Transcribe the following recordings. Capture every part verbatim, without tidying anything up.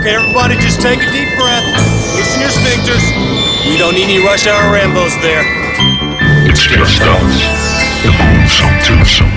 Okay, everybody just take a deep breath. Loosen your sphincters. We don't need any rush hour Rambos there. It's just us. The gruesome twosome.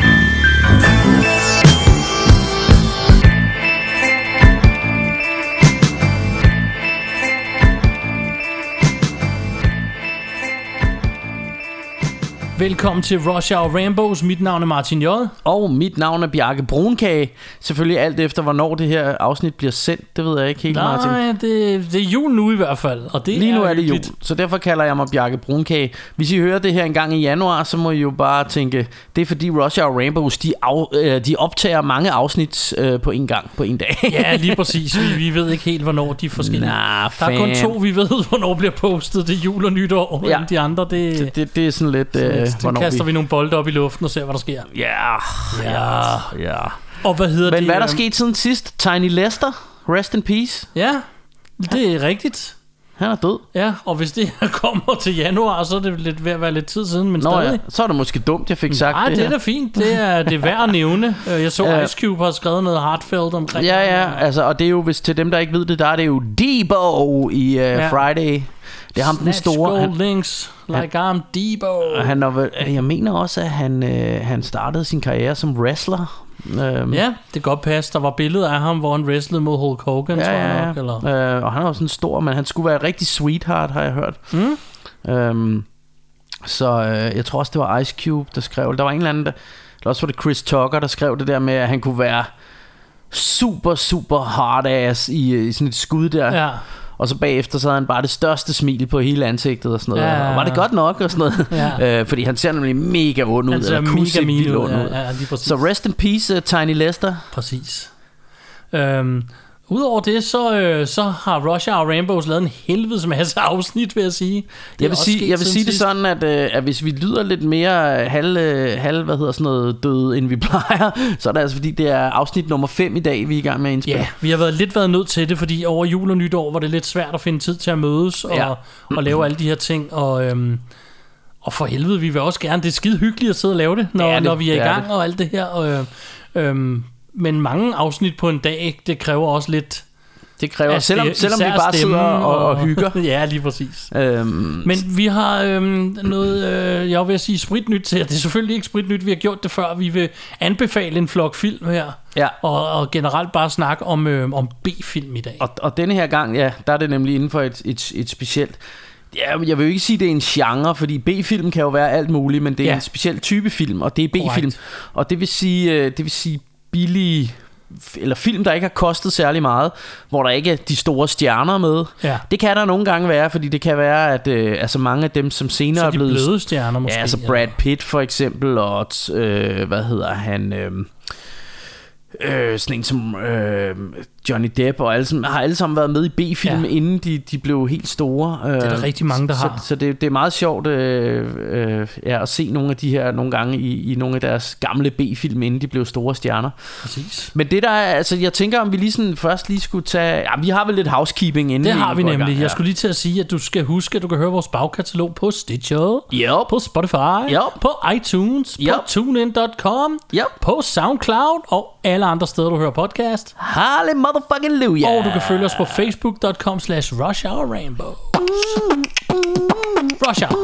Velkommen til Rush Hour Rambos. Mit navn er Martin J. Og mit navn er Bjarke Brunkage. Selvfølgelig alt efter hvornår det her afsnit bliver sendt. Det ved jeg ikke helt, Nej, Martin. Nej, det, det er jul nu i hvert fald, og det Lige nu er, er det jul, hyggeligt. så derfor kalder jeg mig Bjarke Brunkage. Hvis I hører det her en gang i januar, så må I jo bare tænke, det er fordi Rush Hour Rambos, de, af, øh, de optager mange afsnit øh, på en gang, på en dag. Ja, lige præcis. Vi, vi ved ikke helt, hvornår de er forskellige. Nah, Der er kun to, vi ved, hvornår bliver postet. Det er jul og nytår. Ja. De andre, det, det, det, det er sådan lidt, øh, så hvornår kaster vi... vi nogle bolde op i luften og ser, hvad der sker. Ja, ja, ja. Og hvad hedder Men det? hvad er der sket siden sidst? Tiny Lester, rest in peace. Ja, det er rigtigt. Han er død. Ja, og hvis det her kommer til januar, så er det lidt ved at være lidt tid siden, men Nå stadig. Ja, så er det måske dumt, jeg fik sagt Nej, det det er her. da fint. Det er, det er værd at nævne. Jeg så Ja. Ice Cube har skrevet noget heartfelt omkring. Ja, ja, altså, og det er jo, hvis til dem, der ikke ved det, der er det jo Debo i uh, ja. Friday. Det er ham, den store. Han, links, like han, I'm Debo. Han er, jeg mener også, at han, øh, han startede sin karriere som wrestler. Øhm, Ja, det kan godt passe. Der var billeder af ham, hvor han wrestlede mod Hulk Hogan, ja, tror jeg ja, nok. Eller? Øh, og han er jo sådan stor, men han skulle være rigtig sweetheart, har jeg hørt. Mm. Øhm, så øh, jeg tror også, det var Ice Cube, der skrev. Der var en eller anden, der, eller også var det Chris Tucker, der skrev det der med, at han kunne være super, super hard ass i, i sådan et skud der. Ja. Og så bagefter så havde han bare det største smil på hele ansigtet og sådan noget. Ja, Og var det godt nok og sådan noget. Ja. øh, fordi han ser nemlig mega ond ud. Han ser eller kunne se mega vildt mean ud. ond ud. Ja, ja, lige præcis. Så rest in peace, uh, Tiny Lester. Præcis. Øhm, Udover det, så, øh, så har Rush Hour Rambos lavet en helvedes masse afsnit, vil jeg sige. Det Jeg vil sige, jeg vil sige det sidst. sådan, at, øh, at hvis vi lyder lidt mere halv, øh, halv, hvad hedder sådan noget, døde, end vi plejer, så er det altså fordi, det er afsnit nummer fem i dag, vi er i gang med at indspille. Ja, vi har været lidt været nødt til det, fordi over jul og nytår var det lidt svært at finde tid til at mødes og, Ja. og lave alle de her ting. Og, øhm, og for helvede, vi vil også gerne, det er skide hyggeligt at sidde og lave det, når, Det er det, når vi er i det er gang det. og alt det her. Og, øh, øhm, men mange afsnit på en dag, det kræver også lidt... Det kræver, Altså, selvom, det er selvom vi især bare sidder stemmen og, og hygger. Ja, lige præcis. øhm, Men vi har øhm, noget, øh, jeg vil sige, spritnyt til, det er selvfølgelig ikke spritnyt, vi har gjort det før. Vi vil anbefale en flok film her, Ja. og, og generelt bare snakke om, øh, om B-film i dag. og, og denne her gang, ja, der er det nemlig inden for et, et, et specielt... Ja, jeg vil jo ikke sige, det er en genre, fordi B-film kan jo være alt muligt, men det er Ja. en speciel type film, og det er B-film. Korrekt. Og det vil sige, øh, det vil sige billige... eller film, der ikke har kostet særlig meget, hvor der ikke er de store stjerner med. Ja. Det kan der nogle gange være, fordi det kan være, at øh, altså mange af dem, som senere Så er de blevet... bløde stjerner måske. Ja, altså Brad Pitt for eksempel, og øh, hvad hedder han... Øh, øh, sådan en som øh, Johnny Depp, og alle, som, har alle sammen været med i B-film, Ja. inden de, de blev helt store. Øh, Det er der rigtig mange, der så, har. Så, så det, det er meget sjovt øh, øh, ja, at se nogle af de her nogle gange i, i nogle af deres gamle B-film, inden de blev store stjerner. Præcis. Men det der er, altså jeg tænker, om vi lige sådan først lige skulle tage... Ja, vi har vel lidt housekeeping inden Det har vi går i nemlig. gang, ja. Jeg skulle lige til at sige, at du skal huske, at du kan høre vores bagkatalog på Stitcher, Yep. på Spotify, Yep. på iTunes, Yep. på TuneIn punktum com, Yep. på SoundCloud og alle andre steder, du hører podcast. Halle motherfucking Luja. Og du kan følge os på facebook punktum com slash rush hour rainbow. Rush Hour.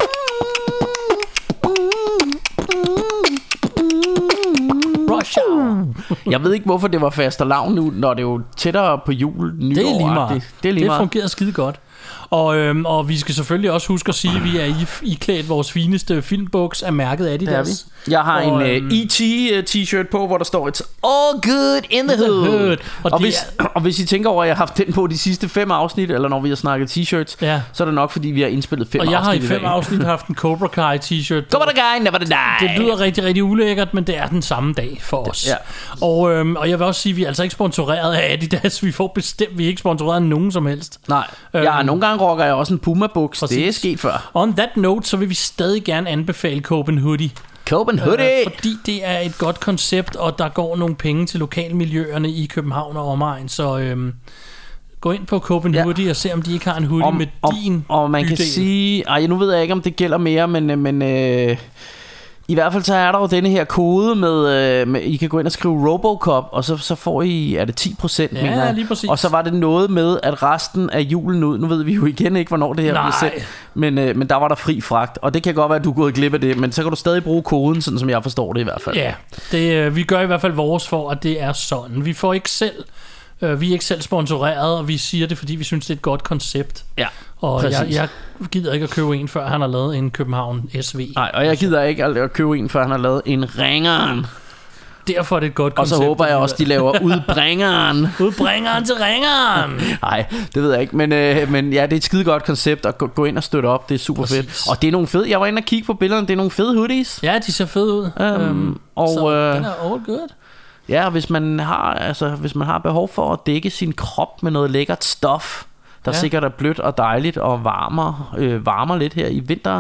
Rush Hour. Jeg ved ikke, hvorfor det var fastelavn nu, når det er jo tættere på jul, nytår. Det er lige meget. Det, det er lige det meget. fungerer skide godt. Og, øhm, og vi skal selvfølgelig også huske at sige, at vi er i, iklædt vores fineste filmbuks af mærket Adidas. Det er vi. Jeg har Og, en øhm, uh, E T t-shirt på, hvor der står It's all good in the hood. hood. Og Og, og, det hvis, og hvis I tænker over, at jeg har haft den på de sidste fem afsnit, eller når vi har snakket t-shirts, Ja. så er det nok, fordi vi har indspillet fem Og jeg har i afsnit fem dag. afsnit haft en Cobra Kai t-shirt på. Cobra Kai, never to die. Det lyder rigtig, rigtig ulækkert, men det er den samme dag for os. Ja. Og, øhm, og jeg vil også sige, at vi er altså ikke sponsoreret af Adidas. Vi får bestemt, vi er ikke sponsoreret af nogen som helst. Nej, Øhm. ja, nogle gange rocker jeg også en Puma-buks. Præcis. Det er sket før. On that note, så vil vi stadig gerne anbefale Copenhagen Hoodie. Copenhagen Hoodie. Øh, fordi det er et godt koncept, og der går nogle penge til lokalmiljøerne i København og omegn. Så øhm, gå ind på Copenhagen Ja. Hoodie og se, om de ikke har en hoodie om, med om, din Og man bydel. kan sige... Ej, nu ved jeg ikke, om det gælder mere, men... men øh, I hvert fald så er der jo denne her kode med, øh, med I kan gå ind og skrive Robocop, og så, så får I, er det ti procent, Ja, mener jeg. lige præcis. Og så var det noget med, at resten af julen ud, nu ved vi jo igen ikke, hvornår det her Nej. bliver sendt, men, øh, men der var der fri fragt, og det kan godt være, at du er gået glip af det, men så kan du stadig bruge koden, sådan som jeg forstår det i hvert fald. Ja, det, øh, vi gør i hvert fald vores for, at det er sådan. Vi får ikke selv, øh, vi er ikke selv sponsoreret, og vi siger det, fordi vi synes, det er et godt koncept. Ja, Og jeg, præcis. jeg gider ikke at købe en, før han har lavet en København S V. Nej, og jeg gider ikke at købe en, før han har lavet en ringeren. Derfor er det et godt Og koncept. så håber jeg også, de laver udbringeren. Udbringeren til ringeren. Nej, det ved jeg ikke, men, øh, men ja, det er et skide godt koncept at gå, gå ind og støtte op. Det er super Præcis. fedt. Og det er nogle fede, jeg var inde og kigge på billederne, det er nogle fede hoodies. Ja, de ser fede ud. Øhm, Øhm, og, så øh, den er all good. Ja, og hvis man har, altså, hvis man har behov for at dække sin krop med noget lækkert stof, der Ja. sikkert er blødt og dejligt og varmer, øh, varmer lidt her i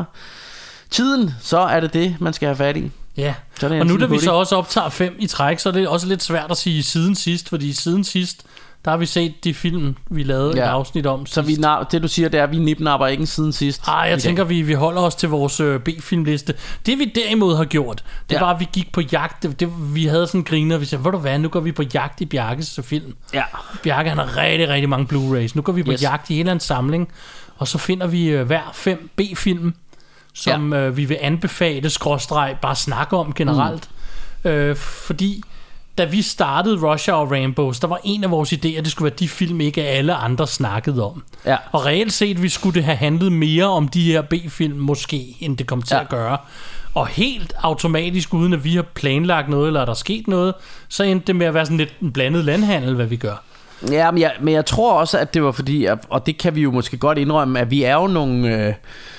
vintertiden, så er det det, man skal have fat i. Ja, Så er det en og nu sådan da vi hoodie. så også optager fem i træk, så er det også lidt svært at sige siden sidst, fordi siden sidst, der har vi set de film, vi lavede ja. et Ja. afsnit om Så sidst. vi, nar- det du siger, det er, at vi nipnapper ikke siden sidst. Ej, i jeg dag. tænker, vi, vi holder os til vores øh, B-filmliste. Det vi derimod har gjort, det Ja. var, at vi gik på jagt. Det, det, vi havde sådan en griner, vi sagde, ved du hvad, nu går vi på jagt i Bjarkes film. Ja. Bjarke, han har rigtig, rigtig mange Blu-rays. Nu går vi på Yes. jagt i hele en samling, og så finder vi øh, hver fem B-film, som ja. øh, vi vil anbefale, skråstreg, bare snakke om generelt. Mm. Øh, fordi da vi startede Rush Hour Rainbows, der var en af vores idéer, det skulle være de film, ikke alle andre snakkede om. Ja. Og reelt set, vi skulle det have handlet mere om de her B-film, måske, end det kom til Ja. at gøre. Og helt automatisk, uden at vi har planlagt noget, eller der er sket noget, så endte det med at være sådan lidt en blandet landhandel, hvad vi gør. Ja, men jeg, men jeg tror også, at det var fordi, at, og det kan vi jo måske godt indrømme, at vi er jo nogle... Øh,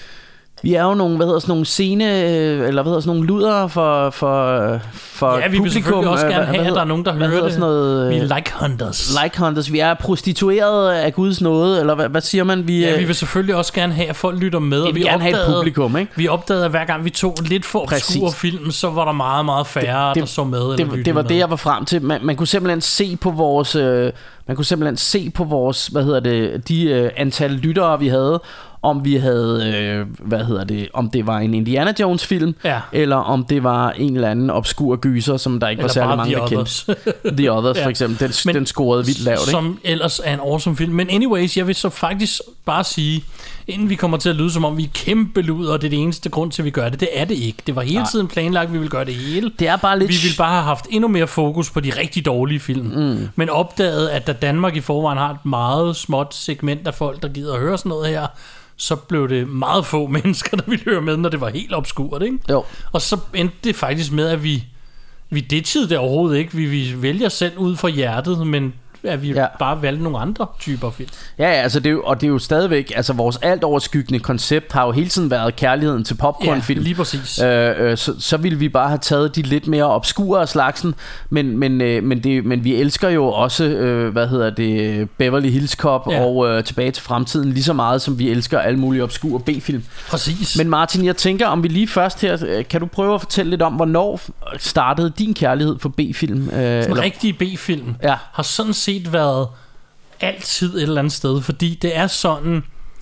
vi er jo nogle, hvad hedder sådan nogle scene, øh, eller hvad hedder sådan nogle luder for, for, for Ja, vi vil publikum. selvfølgelig også øh, gerne hvad- have, hvad at der er nogen, der hvad hører hedder det. sådan noget, Vi øh, er like hunters. like hunters. Vi er prostituerede af Guds nåde, eller hvad, hvad siger man? Vi, Ja, øh, vi vil selvfølgelig også gerne have, at folk lytter med. vi Og vil gerne have et opdagede- publikum, ikke? Vi opdagede, at hver gang vi tog lidt for obskure Præcis. film, så var der meget, meget færre, Det- der så med. Eller det, lyttede det var med. det, jeg var frem til. Man, man kunne simpelthen se på vores, øh, man kunne simpelthen se på vores, hvad hedder det, de øh, antal lyttere vi havde, om vi havde, øh, hvad hedder det, om det var en Indiana Jones film, Ja. eller om det var en eller anden obskur gyser, som der ikke var Eller særlig bare mange, The der kendte. Others. The Others Ja. for eksempel, den, Men- den scorede vildt lavt, ikke? Som ellers er en awesome film. Men anyways, jeg vil så faktisk bare sige, inden vi kommer til at lyde som om vi er kæmpe luder, og det er det eneste grund til, at vi gør det. Det er det ikke. Det var hele Nej. tiden planlagt, at vi ville gøre det hele. Det er bare lidt... Vi ville bare have haft endnu mere fokus på de rigtig dårlige film. Mm. Men opdaget, at da Danmark i forvejen har et meget småt segment af folk, der gider at høre sådan noget her, så blev det meget få mennesker, der ville høre med, når det var helt obskurt, ikke? Jo. Og så endte det faktisk med, at vi, vi ditchede det overhovedet ikke. Vi, vi vælger selv ud fra hjertet, men at vi Ja. ja. bare valgte nogle andre typer film. Ja, ja, altså det er jo, og det er jo stadigvæk, altså vores alt overskyggende koncept har jo hele tiden været kærligheden til popcornfilm. Ja, lige præcis. Øh, øh, så, så ville vi bare have taget de lidt mere obskure af slagsen, men, men, øh, men, det, men vi elsker jo også, øh, hvad hedder det, Beverly Hills Cop Ja. og øh, Tilbage til fremtiden, lige så meget som vi elsker alle mulige obskure B-film. Præcis. Men Martin, jeg tænker, om vi lige først her, øh, kan du prøve at fortælle lidt om, hvornår startede din kærlighed for B-film? Øh, en rigtig B-film Ja. har sådan set været altid et eller andet sted, fordi det er sådan,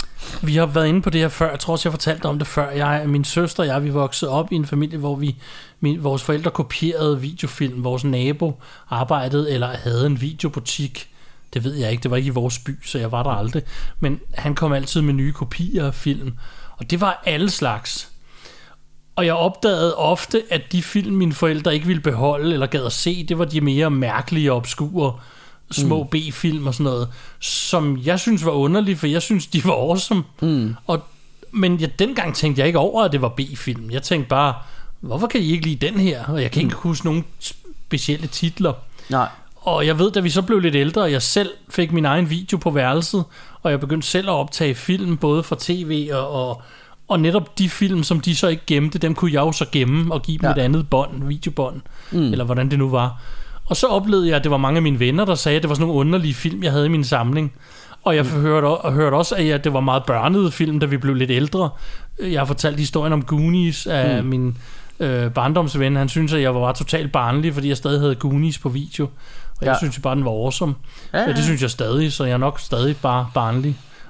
vi har været inde på det her før, jeg tror også jeg fortalte om det før, jeg, min søster og jeg, vi voksede op i en familie, hvor vi, min, vores forældre kopierede videofilm, vores nabo arbejdede eller havde en videobutik, det ved jeg ikke, det var ikke i vores by, så jeg var der aldrig, men han kom altid med nye kopier af film, og det var alle slags. Og jeg opdagede ofte, at de film, mine forældre ikke ville beholde eller gad at se, det var de mere mærkelige, obskure, små mm. B-film og sådan noget, som jeg synes var underlige, for jeg synes, de var awesome. Mm. Og, men jeg, dengang tænkte jeg ikke over, at det var B-film. Jeg tænkte bare, hvorfor kan I ikke lide den her? Og jeg kan ikke huske nogen specielle titler. Nej. Og jeg ved, da vi så blev lidt ældre, og jeg selv fik min egen video på værelset, og jeg begyndte selv at optage film, både fra tv og, og, og netop de film, som de så ikke gemte, dem kunne jeg jo så gemme og give dem Ja. et andet bånd, videobånd, mm. eller hvordan det nu var. Og så oplevede jeg, at det var mange af mine venner, der sagde, at det var sådan nogle underlige film, jeg havde i min samling. Og jeg mm. hørte, og hørte også, at det var meget børnede film, da vi blev lidt ældre. Jeg har fortalt historien om Goonies af mm. min øh, barndomsven. Han synes, at jeg var totalt barnlig, fordi jeg stadig havde Goonies på video. Og ja. jeg synes jo bare, den var awesome. Ja, ja. Ja, det synes jeg stadig, så jeg er nok stadig bare barnlig.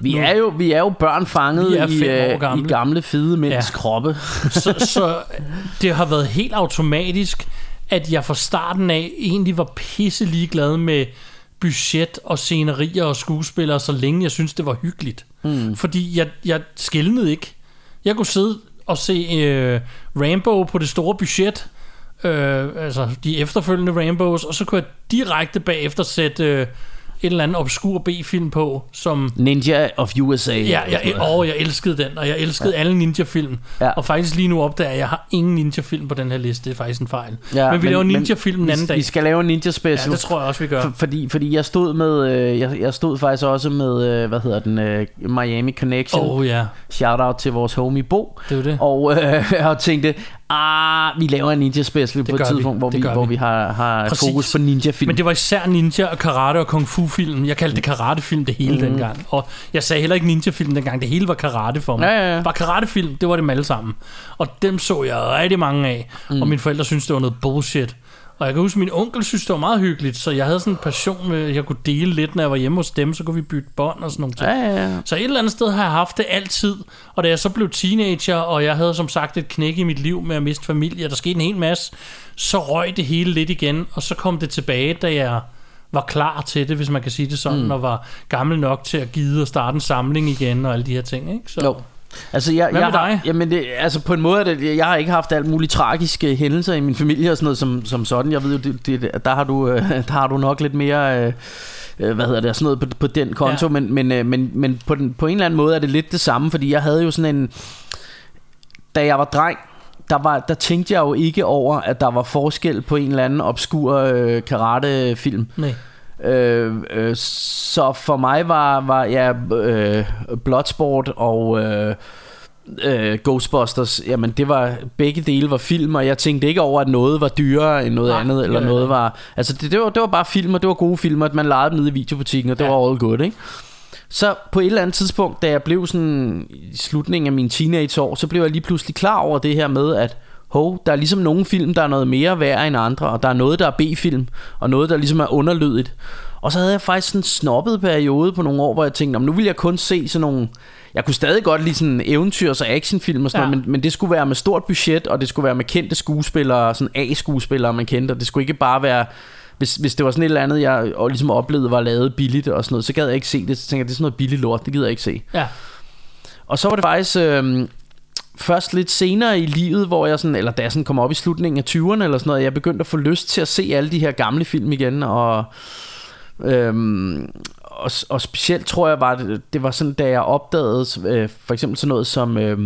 Vi nu, er jo vi er jo børn fanget er i, år øh, gamle. i gamle fede mænds Ja. kroppe. så, så det har været helt automatisk, at jeg fra starten af egentlig var pisse ligeglad med budget og scenerier og skuespillere, så længe jeg synes det var hyggeligt. Mm. Fordi jeg, jeg skældnede ikke. Jeg kunne sidde og se øh, Rambo på det store budget, øh, altså de efterfølgende Rambos, og så kunne jeg direkte bagefter sætte øh, en eller anden obskur B-film på, som... Ninja of U S A. Ja, jeg, åh, jeg elskede den, og jeg elskede ja. alle ninja-film. Ja. Og faktisk lige nu opdager jeg, at jeg har ingen ninja-film på den her liste. Det er faktisk en fejl. Ja, men vi men, laver ninja-film den anden vi, dag. Vi skal lave en ninja-special. Ja, det tror jeg også, vi gør. For, fordi, fordi jeg stod med... Øh, jeg, jeg stod faktisk også med... Øh, hvad hedder den? Øh, Miami Connection. Åh, oh, ja. Shout-out til vores homie Bo. Det er jo det. Og øh, jeg tænkte... Ah, vi laver en ninja-special på et tidspunkt, vi. hvor vi, vi. hvor vi har, har fokus på ninja-film. Men det var især ninja og karate og kung fu-film. Jeg kaldte det karatefilm det hele mm. dengang. Og jeg sagde heller ikke ninja-film dengang. Det hele var karate for mig. Ja, ja, ja. Bare karatefilm, det var dem alle sammen. Og dem så jeg rigtig mange af. Mm. Og mine forældre syntes, det var noget bullshit. Og jeg kan huske, at min onkel synes, det var meget hyggeligt. Så jeg havde sådan en passion med, at jeg kunne dele lidt, når jeg var hjemme hos dem. Så kunne vi bytte bånd og sådan nogle ting. Ja, ja, ja. Så et eller andet sted har jeg haft det altid. Og da jeg så blev teenager, og jeg havde som sagt et knæk i mit liv med at miste familie, og der skete en hel masse, så røg det hele lidt igen. Og så kom det tilbage, da jeg var klar til det, hvis man kan sige det sådan, mm. og var gammel nok til at gide og starte en samling igen og alle de her ting, ikke? Så. Jo. Altså jeg, Hvad jeg med har, dig? jamen det, altså på en måde er det, jeg har ikke haft alt muligt tragiske hændelser i min familie og sådan noget som, som sådan. Jeg ved jo det, det, der har du øh, der har du nok lidt mere øh, hvad hedder det, sådan noget på, på den konto, ja. men men øh, men men på den på en eller anden måde er det lidt det samme, fordi jeg havde jo sådan en, da jeg var dreng, der var der tænkte jeg jo ikke over, at der var forskel på en eller anden obskur øh, karatefilm. Nej. Øh, øh, så for mig var, var ja, øh, Bloodsport og øh, øh, Ghostbusters, jamen det var, begge dele var film, og jeg tænkte ikke over, at noget var dyrere end noget Nej, andet, eller ja, ja. noget var, altså det, det, var, det var bare film, og det var gode film, at man legede dem nede i videobutikken, og det Ja. var all good, ikke? Så på et eller andet tidspunkt, da jeg blev sådan i slutningen af mine teenageår, så blev jeg lige pludselig klar over det her med, at hov, der er ligesom nogle film, der er noget mere værd end andre, og der er noget, der er B-film, og noget, der ligesom er underlydigt. Og så havde jeg faktisk sådan en snobbet periode på nogle år, hvor jeg tænkte, nu vil jeg kun se sådan nogle... Jeg kunne stadig godt lide sådan eventyrs- og actionfilm og sådan Ja. noget, men, men det skulle være med stort budget, og det skulle være med kendte skuespillere, sådan A-skuespillere, man kendte, og det skulle ikke bare være... Hvis, hvis det var sådan et eller andet, jeg og ligesom oplevede var lavet billigt og sådan noget, så gad jeg ikke se det. Så tænkte jeg, det er sådan noget billigt lort, det gider jeg ikke se. Ja. Og så var det faktisk... Øh, først lidt senere i livet, hvor jeg sådan, eller da jeg sådan kom op i slutningen af tyverne eller sådan noget, jeg begyndte at få lyst til at se alle de her gamle film igen, og øhm, og, og specielt tror jeg var det, det var sådan, da jeg opdagede øh, for eksempel sådan noget som øh,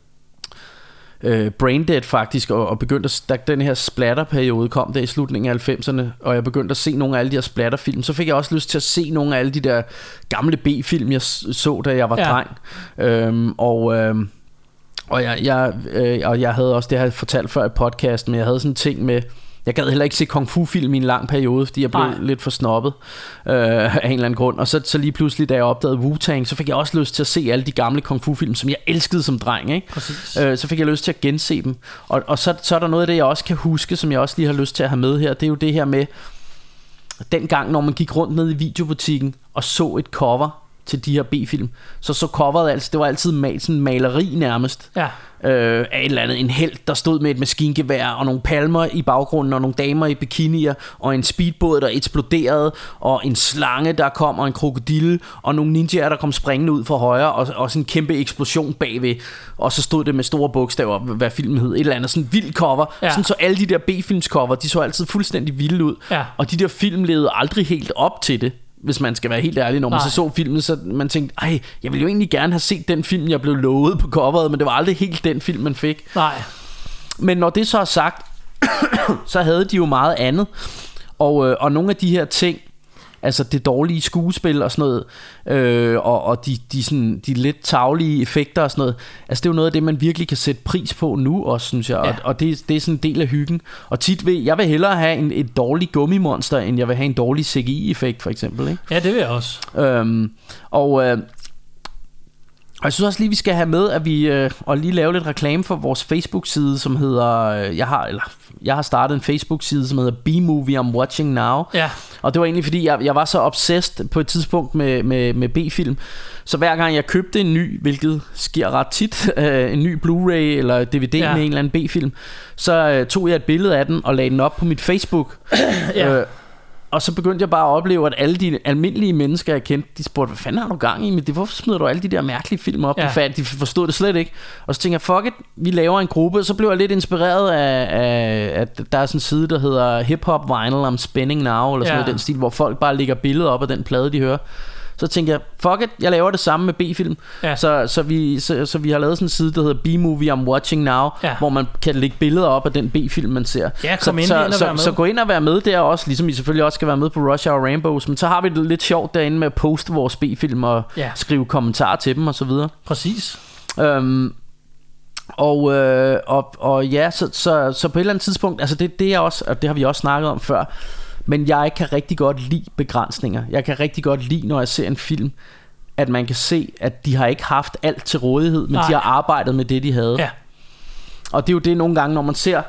øh, Braindead faktisk, og, og begyndte at, da den her splatterperiode kom der i slutningen af halvfemserne, og jeg begyndte at se nogle af alle de her splatterfilm, så fik jeg også lyst til at se nogle af alle de der gamle B-film, jeg så, da jeg var Ja. dreng. Øhm, og øhm, Og jeg, jeg, øh, og jeg havde også, det har jeg fortalt før i podcasten, men jeg havde sådan en ting med, jeg gad heller ikke se kung fu film i en lang periode, fordi jeg blev Nej. lidt for snobbet øh, af en eller anden grund. Og så, så lige pludselig, da jeg opdagede Wu-Tang, så fik jeg også lyst til at se alle de gamle kung fu film, som jeg elskede som dreng, ikke? Øh, så fik jeg lyst til at gense dem. Og, og så, så er der noget af det, jeg også kan huske, som jeg også lige har lyst til at have med her. Det er jo det her med, dengang når man gik rundt ned i videobutikken og så et cover til de her B-film, så så coveret altså, det var altid mal, sådan maleri nærmest, Ja. øh, af et eller andet, en helt der stod med et maskingevær og nogle palmer i baggrunden og nogle damer i bikinier og en speedbåd der eksploderede og en slange der kom og en krokodille og nogle ninjaer der kom springende ud fra højre og, og sådan en kæmpe eksplosion bagved, og så stod det med store bogstaver hvad filmen hed, et eller andet sådan vild cover, Ja. sådan så alle de der B-films cover, de så altid fuldstændig vilde ud, Ja. og de der film levede aldrig helt op til det, hvis man skal være helt ærlig. Når man Nej. så så filmen, så man tænkte, ej, jeg ville jo egentlig gerne have set den film, jeg blev lovet på coveret, men det var aldrig helt den film, man fik. Nej. Men når det så er sagt, så havde de jo meget andet. Og, øh, og nogle af de her ting, altså det dårlige skuespil og sådan noget, øh, og, og de, de, sådan, de lidt tarvelige effekter og sådan noget, altså det er jo noget af det, man virkelig kan sætte pris på nu også, synes jeg. Ja. Og, og det, det er sådan en del af hyggen. Og tit vil jeg vil hellere have en, et dårligt gummimonster, end jeg vil have en dårlig C G I-effekt for eksempel, ikke? Ja, det vil jeg også. Øhm, og, øh, og jeg synes også lige vi skal have med at vi øh, og lige lave lidt reklame for vores Facebook-side, som hedder øh, jeg har eller jeg har startet en Facebook-side som hedder B-Movie I'm Watching Now. Ja. Og det var egentlig fordi jeg, jeg var så obsessed på et tidspunkt med, med, med B-film, Så hver gang jeg købte en ny, hvilket sker ret tit, øh, en ny Blu-ray eller D V D Ja. med en eller anden B-film, så øh, tog jeg et billede af den og lagde den op på mit Facebook. Ja. øh, Og så begyndte jeg bare at opleve, at alle de almindelige mennesker, jeg kendte, de spurgte, hvad fanden har du gang i med det? Hvorfor smider du alle de der mærkelige film op? Ja. Ja. De forstod det slet ikke. Og så tænkte jeg, fuck it, vi laver en gruppe. Så blev jeg lidt inspireret af, af at der er sådan en side, der hedder Hip Hop Vinyl I'm Spinning Now, eller sådan Ja. noget i den stil, hvor folk bare lægger billeder op af den plade, de hører. Så tænkte jeg, fuck it, jeg laver det samme med B-film. Ja. Så, så, vi, så, så vi har lavet sådan en side, der hedder B-Movie I'm Watching Now, Ja. hvor man kan lægge billeder op af den B-film, man ser. Ja, så, kom endelig så, ind og så, vær med. så gå ind og være med der også, ligesom I selvfølgelig også skal være med på Rush Hour Rainbows. Men så har vi det lidt sjovt derinde med at poste vores B-film og Ja. skrive kommentarer til dem og så videre. Præcis. Øhm, og, øh, og, og ja, så, så, så på et eller andet tidspunkt, altså det, det er også, og det har vi også snakket om før, men jeg kan rigtig godt lide begrænsninger. Jeg kan rigtig godt lide, når jeg ser en film, at man kan se, at de har ikke haft alt til rådighed, men Nej. de har arbejdet med det, de havde. Ja. Og det er jo det nogle gange, når man ser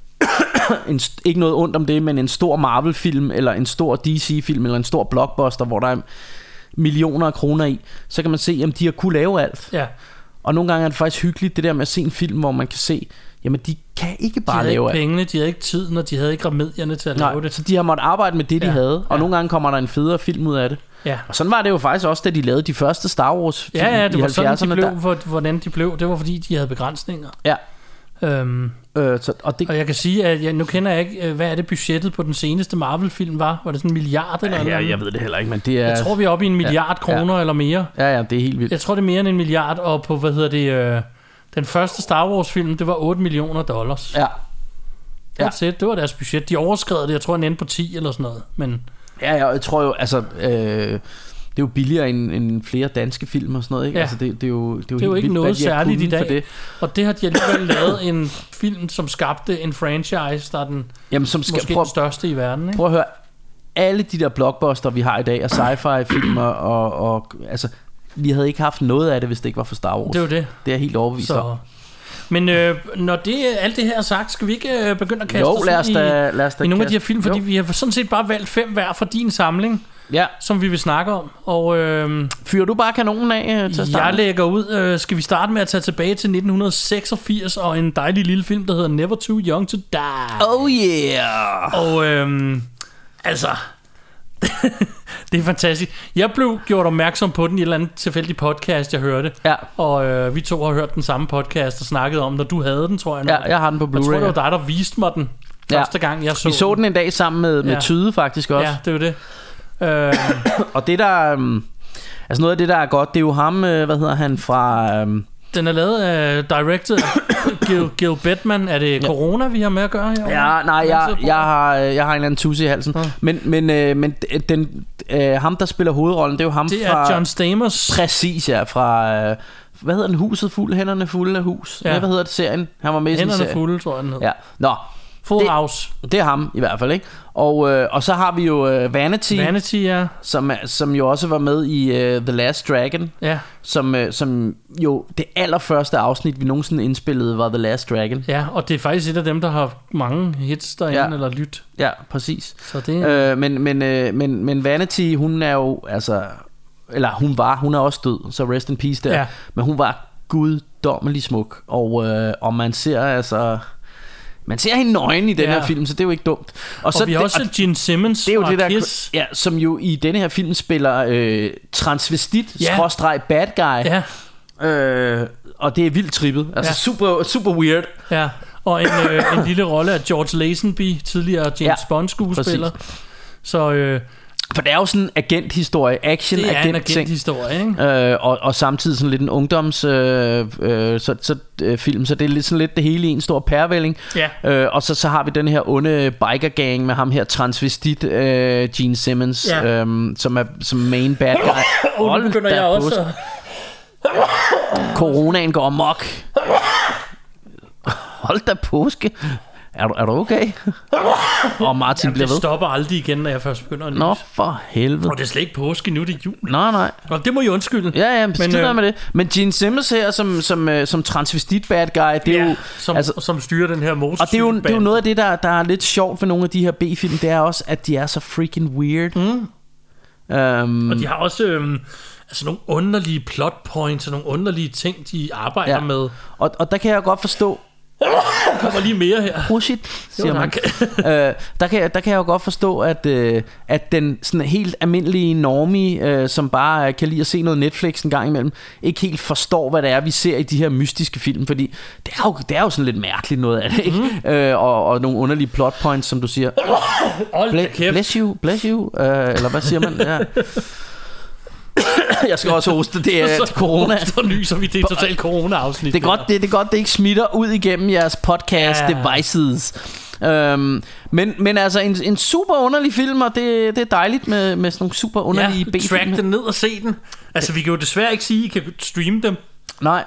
en, ikke noget ondt om det, men en stor Marvel-film, eller en stor D C-film, eller en stor blockbuster, hvor der er millioner af kroner i, så kan man se, at de har kunne lave alt. Ja. Og nogle gange er det faktisk hyggeligt, det der med at se en film, hvor man kan se, jamen de kan ikke De bare havde lave ikke alt. pengene, de havde ikke tiden, og de havde ikke remedierne til at lave Nej, det. så de har måttet arbejde med det, de Ja. havde. Og Ja. nogle gange kommer der en federe film ud af det. Ja. Og sådan var det jo faktisk også, da de lavede de første Star Wars film Ja, ja, det i var sådan, de halvfjerdserne. blev, Der. hvor, hvordan de blev. Det var fordi, de havde begrænsninger. Ja, Øhm, øh, så, og det, og jeg kan sige, at jeg, nu kender jeg ikke, øh, hvad er det budgettet på den seneste Marvel-film var? Var det sådan en milliard eller ja, noget? jeg, jeg ved det heller ikke, men det er... Jeg tror, vi er oppe i en milliard Ja. kroner eller mere. Ja, ja, det er helt vildt. Jeg tror, det er mere end en milliard, og på, hvad hedder det, øh, den første Star Wars-film, det var otte millioner dollars. Ja. Ja. That's it, det var deres budget. De overskred det, jeg tror, den endte på ti eller sådan noget. Men Ja, ja, jeg tror jo, altså... Øh, det er jo billigere end, end flere danske film og sådan noget, ikke? Ja. Altså, det, det er jo, det er jo, det er jo helt ikke vildt, noget hvad de har særligt i kunnet for dag. det. Og det har de alligevel lavet en film, som skabte en franchise, der er den Jamen, som skal, måske prøv, den største i verden. Ikke? prøv at høre, alle de der blockbuster, vi har i dag, og sci-fi film og, og, og... Altså, vi havde ikke haft noget af det, hvis det ikke var for Star Wars. Det er jo det. Det er jeg helt overbevist om. Så. Men øh, når det, alt det her er sagt, skal vi ikke øh, begynde at kaste Jo, os lad os ind da, lad os da i, i nogle af de her kaste- film, fordi jo. vi har sådan set bare valgt fem hver fra din samling, Ja, som vi vil snakke om. Og øh, fyrer du bare kanonen af øh, til at starte? jeg lægger ud, øh, skal vi starte med at tage tilbage til nitten seksogfirs og en dejlig lille film, der hedder Never Too Young to Die. Oh yeah! Og øh, altså, det er fantastisk. Jeg blev gjort opmærksom på den i et eller andet tilfældig podcast, jeg hørte. Ja, Og øh, vi to har hørt den samme podcast og snakket om, når du havde den, tror jeg. ja, jeg har den på Jeg tror, Blu-ray. det var dig, der viste mig den Ja. første gang, jeg så Vi så den en dag sammen med, med Ja. Tyde faktisk også. Ja, det var det. Øh, Og det der... Um, altså noget af det, der er godt, det er jo ham, øh, hvad hedder han, fra... Um, den er lavet af directed af Gil, Gil Bettman. Er det Corona, vi har med at gøre her? ja, nej, jeg, jeg, har, øh, jeg har en eller anden tusse i halsen. Nå. Men, men, øh, men den, øh, ham, der spiller hovedrollen, det er jo ham Det fra... er John Stamos. Præcis, ja, fra... Øh, hvad hedder den? Huset fuld, hænderne fulde af hus. Ja. Ja. Hvad hedder det, serien? Han var med i sin Hænderne serie. fulde, tror jeg, den hedder. Ja, nå, Full det- House. det er ham i hvert fald, ikke? Og, øh, og så har vi jo øh, Vanity, Vanity, ja. som, er- som jo også var med i øh, The Last Dragon, Ja, som, øh, som jo det allerførste afsnit, vi nogensinde indspillede, var The Last Dragon. ja, og det er faktisk et af dem, der har mange hits derinde, Ja. eller lyt. Ja, præcis. Så det Øh, men, men, øh, men, men Vanity, hun er jo, altså... Eller hun var, hun er også død, så rest in peace der. Ja. Men hun var guddommelig smuk. Og, øh, og man ser altså... Man ser hende nøgen i den Ja. her film, så det er jo ikke dumt. Og, Og så vi har det, også og Gene Simmons det er jo fra det der, Kiss. ja, som jo i denne her film spiller øh, transvestit, Ja. skråstreg bad guy. Ja, Øh, og det er vildt trippet. Altså Ja. super, super weird. ja. Og en, øh, en lille rolle af George Lazenby, tidligere James Ja, Bond skuespiller. Så øh, For det er jo sådan en agenthistorie, action det er en agent ting. agenthistorie, ikke? Øh, og, og samtidig sådan lidt en ungdoms øh, øh, så, så, øh, film, så det er lidt sådan lidt det hele i en stor pærevælling. Ja. Øh, og så, så har vi den her onde biker gang med ham her transvestit øh, Gene Simmons, Ja. øh, som er som main bad guy. Og nu Hold begynder da jeg også påske. at... Coronaen går amok. Hold da påske. Er du, er du okay? Og Martin Jamen, bliver det ved. stopper aldrig igen, når jeg først begynder at nyse. Nå for helvede. Og det er slet ikke påske, nu er det jul. Nej, nej. Og det må I undskylde. Ja, ja, men, Men, øh, øh, med det. Men Gene Simmons her som, som, øh, som transvestit bad guy, det er jo... som, altså- som styrer den her motorcykel. Og det er, jo, det er jo noget af det, der, der er lidt sjovt ved nogle af de her B-film, det er også, at de er så freaking weird. Mm. Um, og de har også øhm, altså nogle underlige plot points og nogle underlige ting, de arbejder Ja. med. og, og der kan jeg godt forstå, Der kommer lige mere her. Prosit, siger Jo, man. tak. øh, der, kan jeg, der kan jeg jo godt forstå, at, øh, at den sådan helt almindelige normie, øh, som bare kan lide at se noget Netflix en gang imellem, ikke helt forstår, hvad det er, vi ser i de her mystiske film. Fordi det er jo, det er jo sådan lidt mærkeligt noget af det, ikke? Mm. Øh, og, og nogle underlige plot points, som du siger. Hold da Ble- kæft. bless you, bless you, øh, eller hvad siger man? Ja. Jeg skal også hoste, det er Så corona. Så nyser vi, det er totalt corona-afsnit. Det er godt, det, det er godt, det ikke smitter ud igennem jeres podcast Ja. devices. Øhm, men, men altså en, en super underlig film, og det, det er dejligt med, med sådan nogle super underlige Ja, track B-film. den ned og se den. Altså, vi kan jo desværre ikke sige, at I kan streame dem. Nej,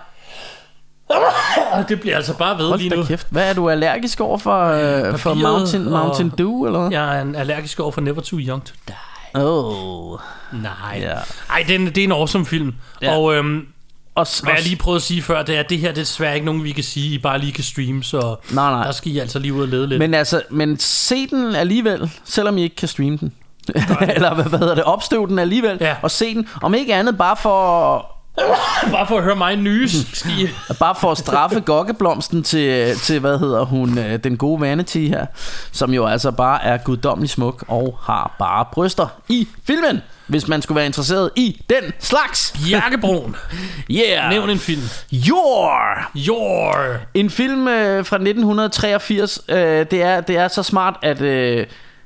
Og det bliver altså bare ved lige hold nu. da kæft. Hvad er du allergisk over for, øh, for Papiret Mountain, og- Mountain Dew, eller hvad? Jeg er en allergisk over for Never Too Young to Die. Oh. Nej. Ja. Ej, det er, en, det er en awesome film. Ja. Og øhm, Og, hvad jeg og- lige prøvede at sige før, det er, at det her det er desværre ikke nogen, vi kan sige, I bare lige kan streame. Så Nej, nej. der skal I altså lige ud og lede lidt. Men altså, men se den alligevel, selvom I ikke kan streame den. Eller hvad, hvad hedder det? Opstøv den alligevel, Ja. og se den. Om ikke andet, bare for Bare for at høre mig nys. Skal I... Bare for at straffe gokkeblomsten til, til, hvad hedder hun, øh, den gode Vanity her, som jo altså bare er guddommelig smuk og har bare bryster i filmen, hvis man skulle være interesseret i den slags. Bjerkebrun. Yeah! Nævn en film. Your! Your. En film øh, fra nitten treogfirs. Øh, det, er, det er så smart, at øh,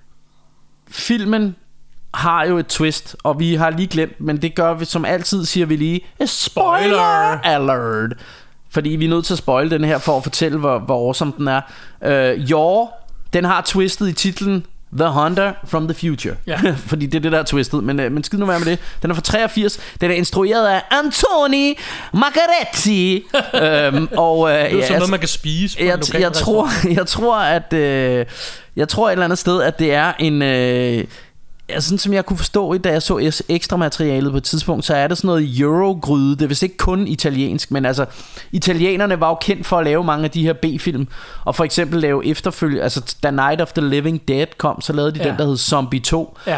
filmen har jo et twist, og vi har lige glemt, men det gør vi som altid, siger vi lige spoiler alert, fordi vi er nødt til at spoile den her for at fortælle, hvor, hvor awesome den er. øh, Your, den har twistet i titlen The Hunter from the Future. Ja. Fordi det er det, der er twistet. Men, øh, men skid nu være med det. Den er fra treogfirs. Den er instrueret af Antoni Margaretti. øhm, og, øh, Det er jo ja, sådan noget, man kan spise på en jeg, lokal jeg, tror, jeg tror, at øh, jeg tror et eller andet sted, at det er en... Øh, altså, sådan som jeg kunne forstå, da jeg så ekstra materialet på et tidspunkt, så er det sådan noget eurogryde. Det er vist ikke kun italiensk, men altså italienerne var jo kendt for at lave mange af de her B-film, og for eksempel lave efterfølge, altså da Night of the Living Dead kom, så lavede de Ja. den der hed Zombie to, Ja.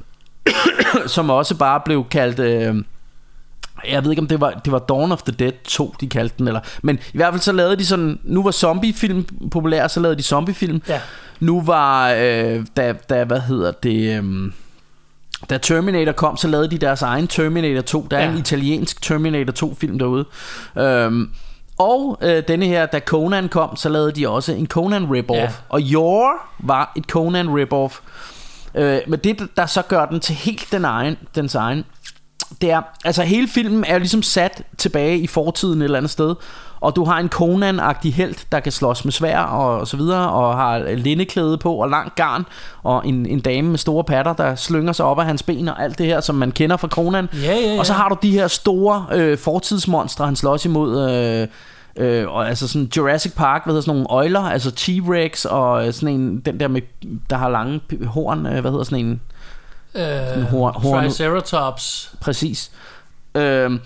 som også bare blev kaldt øh, jeg ved ikke om det var det var Dawn of the Dead to de kaldte den, eller, men i hvert fald så lavede de sådan, nu var zombiefilm populær, så lavede de zombiefilm. Ja. Nu var øh, da, da hvad hedder det øh, da Terminator kom, så lavede de deres egen Terminator to. Der er Ja. en italiensk Terminator to film derude. Øhm, og øh, denne her, da Conan kom, så lavede de også en Conan rip-off. Ja. Og Your var et Conan rip-off. Øh, men det, der så gør den til helt den egen, dens egen, det er, altså hele filmen er jo ligesom sat tilbage i fortiden et eller andet sted. Og du har en Conan-agtig helt, der kan slås med svær og, og så videre, og har lindeklæde på og langt garn, og en, en dame med store patter, der slynger sig op af hans ben og alt det her, som man kender fra Conan. Ja, ja, ja. Og så har du de her store øh, fortidsmonstre, han slås imod, øh, øh, og altså sådan Jurassic Park, hvad hedder sådan nogle øjler, altså T-Rex og øh, sådan en, den der med, der har lange p- horn, øh, hvad hedder sådan en, Øh, hor- horn- Triceratops. præcis. Øhm,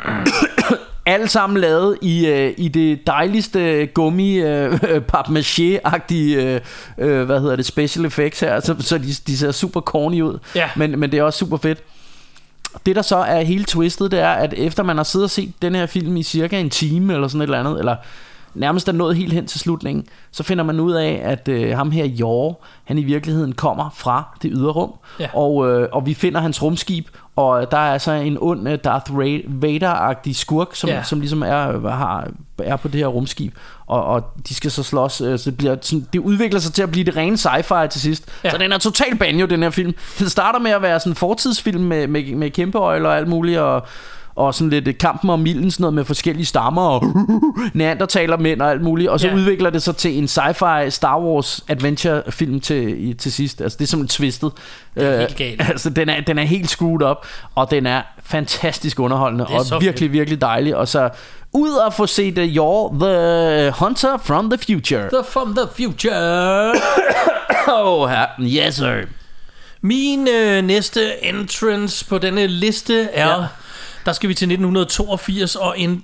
alle sammen lavet i, øh, i det dejligste gummi øh, papmaché-agtige øh, øh, hvad hedder det, special effects her, så, så de, de ser super corny ud, Ja. men, men det er også super fedt. Det der så er helt twistet, det er, at efter man har siddet og set den her film i cirka en time eller sådan et eller andet, eller nærmest er nået helt hen til slutningen, så finder man ud af, at øh, ham her Yor, han i virkeligheden kommer fra det ydre rum, Ja. og, øh, og vi finder hans rumskib, og der er altså en ond øh, Darth Vader-agtig skurk, som, Ja. som ligesom er, har, er på det her rumskib, og, og de skal så slås, øh, så det, bliver sådan, det udvikler sig til at blive det rene sci-fi til sidst. Ja. Så den er totalt banjo, den her film. Den starter med at være sådan en fortidsfilm med, med, med kæmpeøjler og alt muligt, og og sådan lidt kampen om milden, sådan noget med forskellige stammer og neandertalermænd og alt muligt, og så Ja. udvikler det sig til en sci-fi Star Wars adventure film til, i, til sidst. Altså det er simpelthen twistet. Det er Øh, helt galt. Altså den er, den er helt screwed up, og den er fantastisk underholdende Det er så og virkelig, virkelig dejlig. Og så ud og få set uh, Your The Hunter from the Future. The from the future. Oh, her. Yes sir. Min øh, næste entrance på denne liste er, Ja. ja. der skal vi til nitten toogfirs og en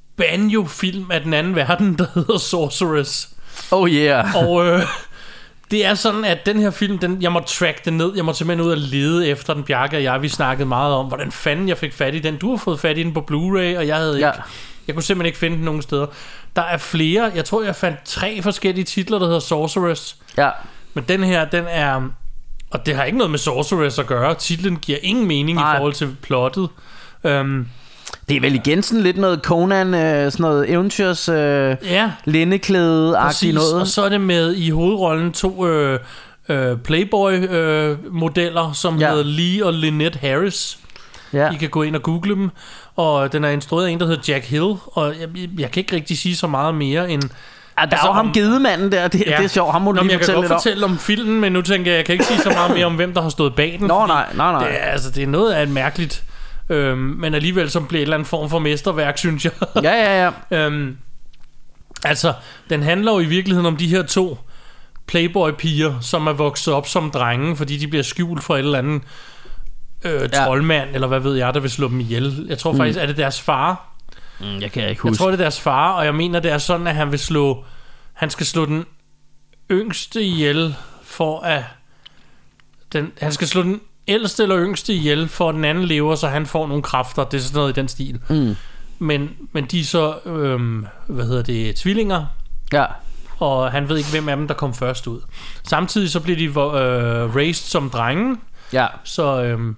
banjo-film af den anden verden, der hedder Sorceress. Oh yeah. Og øh, Det er sådan, at den her film, den, jeg må track den ned. Jeg må simpelthen ud og lede efter den. Bjarke og jeg, vi snakkede meget om, hvordan fanden jeg fik fat i den. Du har fået fat i den på Blu-ray, og jeg havde ikke... Ja. Jeg kunne simpelthen ikke finde den nogen steder. Der er flere. Jeg tror, jeg fandt tre forskellige titler, der hedder Sorceress. Ja. Men den her, den er... Og det har ikke noget med Sorceress at gøre. Titlen giver ingen mening Ej. i forhold til plottet. Um, Det er vel igen sådan lidt noget Conan, øh, sådan noget eventyrs øh, ja, lindeklæde-agtigt noget. Og så er det med i hovedrollen to øh, øh, Playboy-modeller, øh, som ja. hedder Lee og Lynette Harris. Ja. I kan gå ind og google dem. Og den er instrueret af en, der hedder Jack Hill. Og jeg, jeg kan ikke rigtig sige så meget mere end... Ja, der altså, er jo ham gedemanden der, det, ja. det er sjovt, ham må du lige fortælle lidt om. Jeg kan godt fortælle om filmen, men nu tænker jeg, jeg kan ikke sige så meget mere om, hvem der har stået bag den. Nå, nej, nej, nej. Det er, altså, det er noget af et mærkeligt, øhm, men alligevel som bliver et eller andet form for mesterværk, synes jeg. Ja, ja, ja. øhm, altså, den handler jo i virkeligheden om de her to Playboy-piger, som er vokset op som drenge, fordi de bliver skjult for et eller andet øh, troldmand, ja. eller hvad ved jeg, der vil slå dem ihjel. Jeg tror faktisk, mm. er det deres far? Mm, jeg kan ikke huske. Jeg tror, det er deres far, og jeg mener, det er sådan, at han vil slå... Han skal slå den yngste ihjel for at... Den, han skal slå den ældste eller yngste ihjel for at den anden lever, så han får nogle kræfter. Det er sådan noget i den stil. Mm. Men, men de er så... Øhm, hvad hedder det? Tvillinger. Ja. Og han ved ikke, hvem af dem, der kom først ud. Samtidig så bliver de øh, raised som drenge. Ja. Så... Øhm,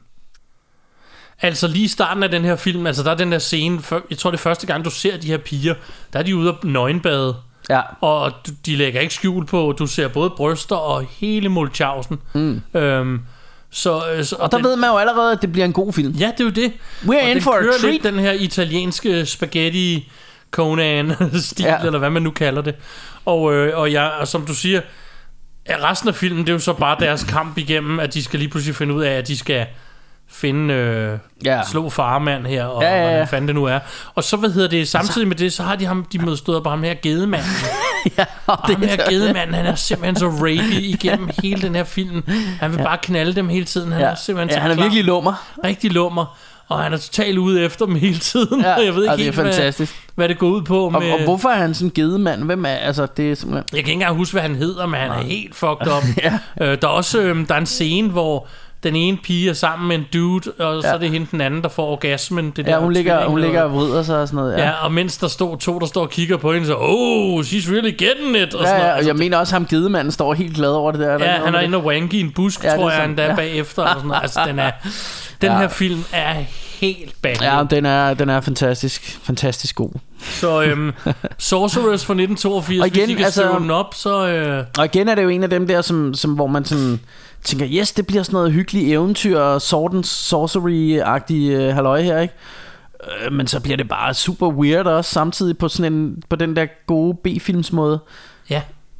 altså lige i starten af den her film, altså der er den der scene, for, jeg tror det er første gang du ser de her piger, der er de ude og nøgenbade. Ja. Og de lægger ikke skjul på, du ser både bryster og hele Mulchausen. Mm. Øhm, så, så, og der den, ved man jo allerede, at det bliver en god film. Ja, det er jo det. We're in for a treat. Lidt den her italienske spaghetti Conan-stil, ja. eller hvad man nu kalder det. Og, øh, og, ja, og som du siger, resten af filmen, det er jo så bare deres kamp igennem, at de skal lige pludselig finde ud af, at de skal finde øh, ja. slå farmand her og ja, ja, ja. hvad fanden det nu er. Og så hvad hedder det samtidig med det, så har de ham de møder stået på ham her gedemanden. ja, og og ham her gedemanden, han er simpelthen så rapey igennem hele den her film. Han vil ja. bare knalde dem hele tiden. Han ja. er simpelthen ja, så han er klar. virkelig lummer. Rigtig lummer. Og han er totalt ude efter dem hele tiden. Ja, jeg ved ikke og det er helt, fantastisk. Hvad, hvad det går ud på med... og, og hvorfor er han sådan en gedemand? Hvem er altså det er simpelthen... Jeg kan ikke engang huske, hvad han hedder, men han er helt fucked up. ja. øh, der er også øh, der er en scene, hvor den ene pige er sammen med en dude, og ja. så er det hende den anden, der får orgasmen. Det ja, der hun ligger, hun ligger og vrider sig og sådan noget. Ja, ja og mens der står to, der står og kigger på hende, så oh, she's really getting it. Og ja, sådan ja, noget. og altså, jeg mener også, at ham gedemanden står helt glad over det der. der ja, han er inde og wanky i en busk, ja, tror jeg, han der ja. bagefter. Og sådan noget. Altså, den, er, den ja. her film er helt bag. Ja, den er, den er fantastisk, fantastisk god. Så øhm, Sorceress fra nitten toogfirs, og igen, hvis I kan altså, den op, så... Øh... Og igen er det jo en af dem der, som, som hvor man sådan... tænker, yes, det bliver sådan noget hyggeligt eventyr og Sword and Sorcery-agtig øh, halløj her, ikke? Øh, men så bliver det bare super weird også, samtidig på sådan en, på den der gode B-filmsmåde. Ja.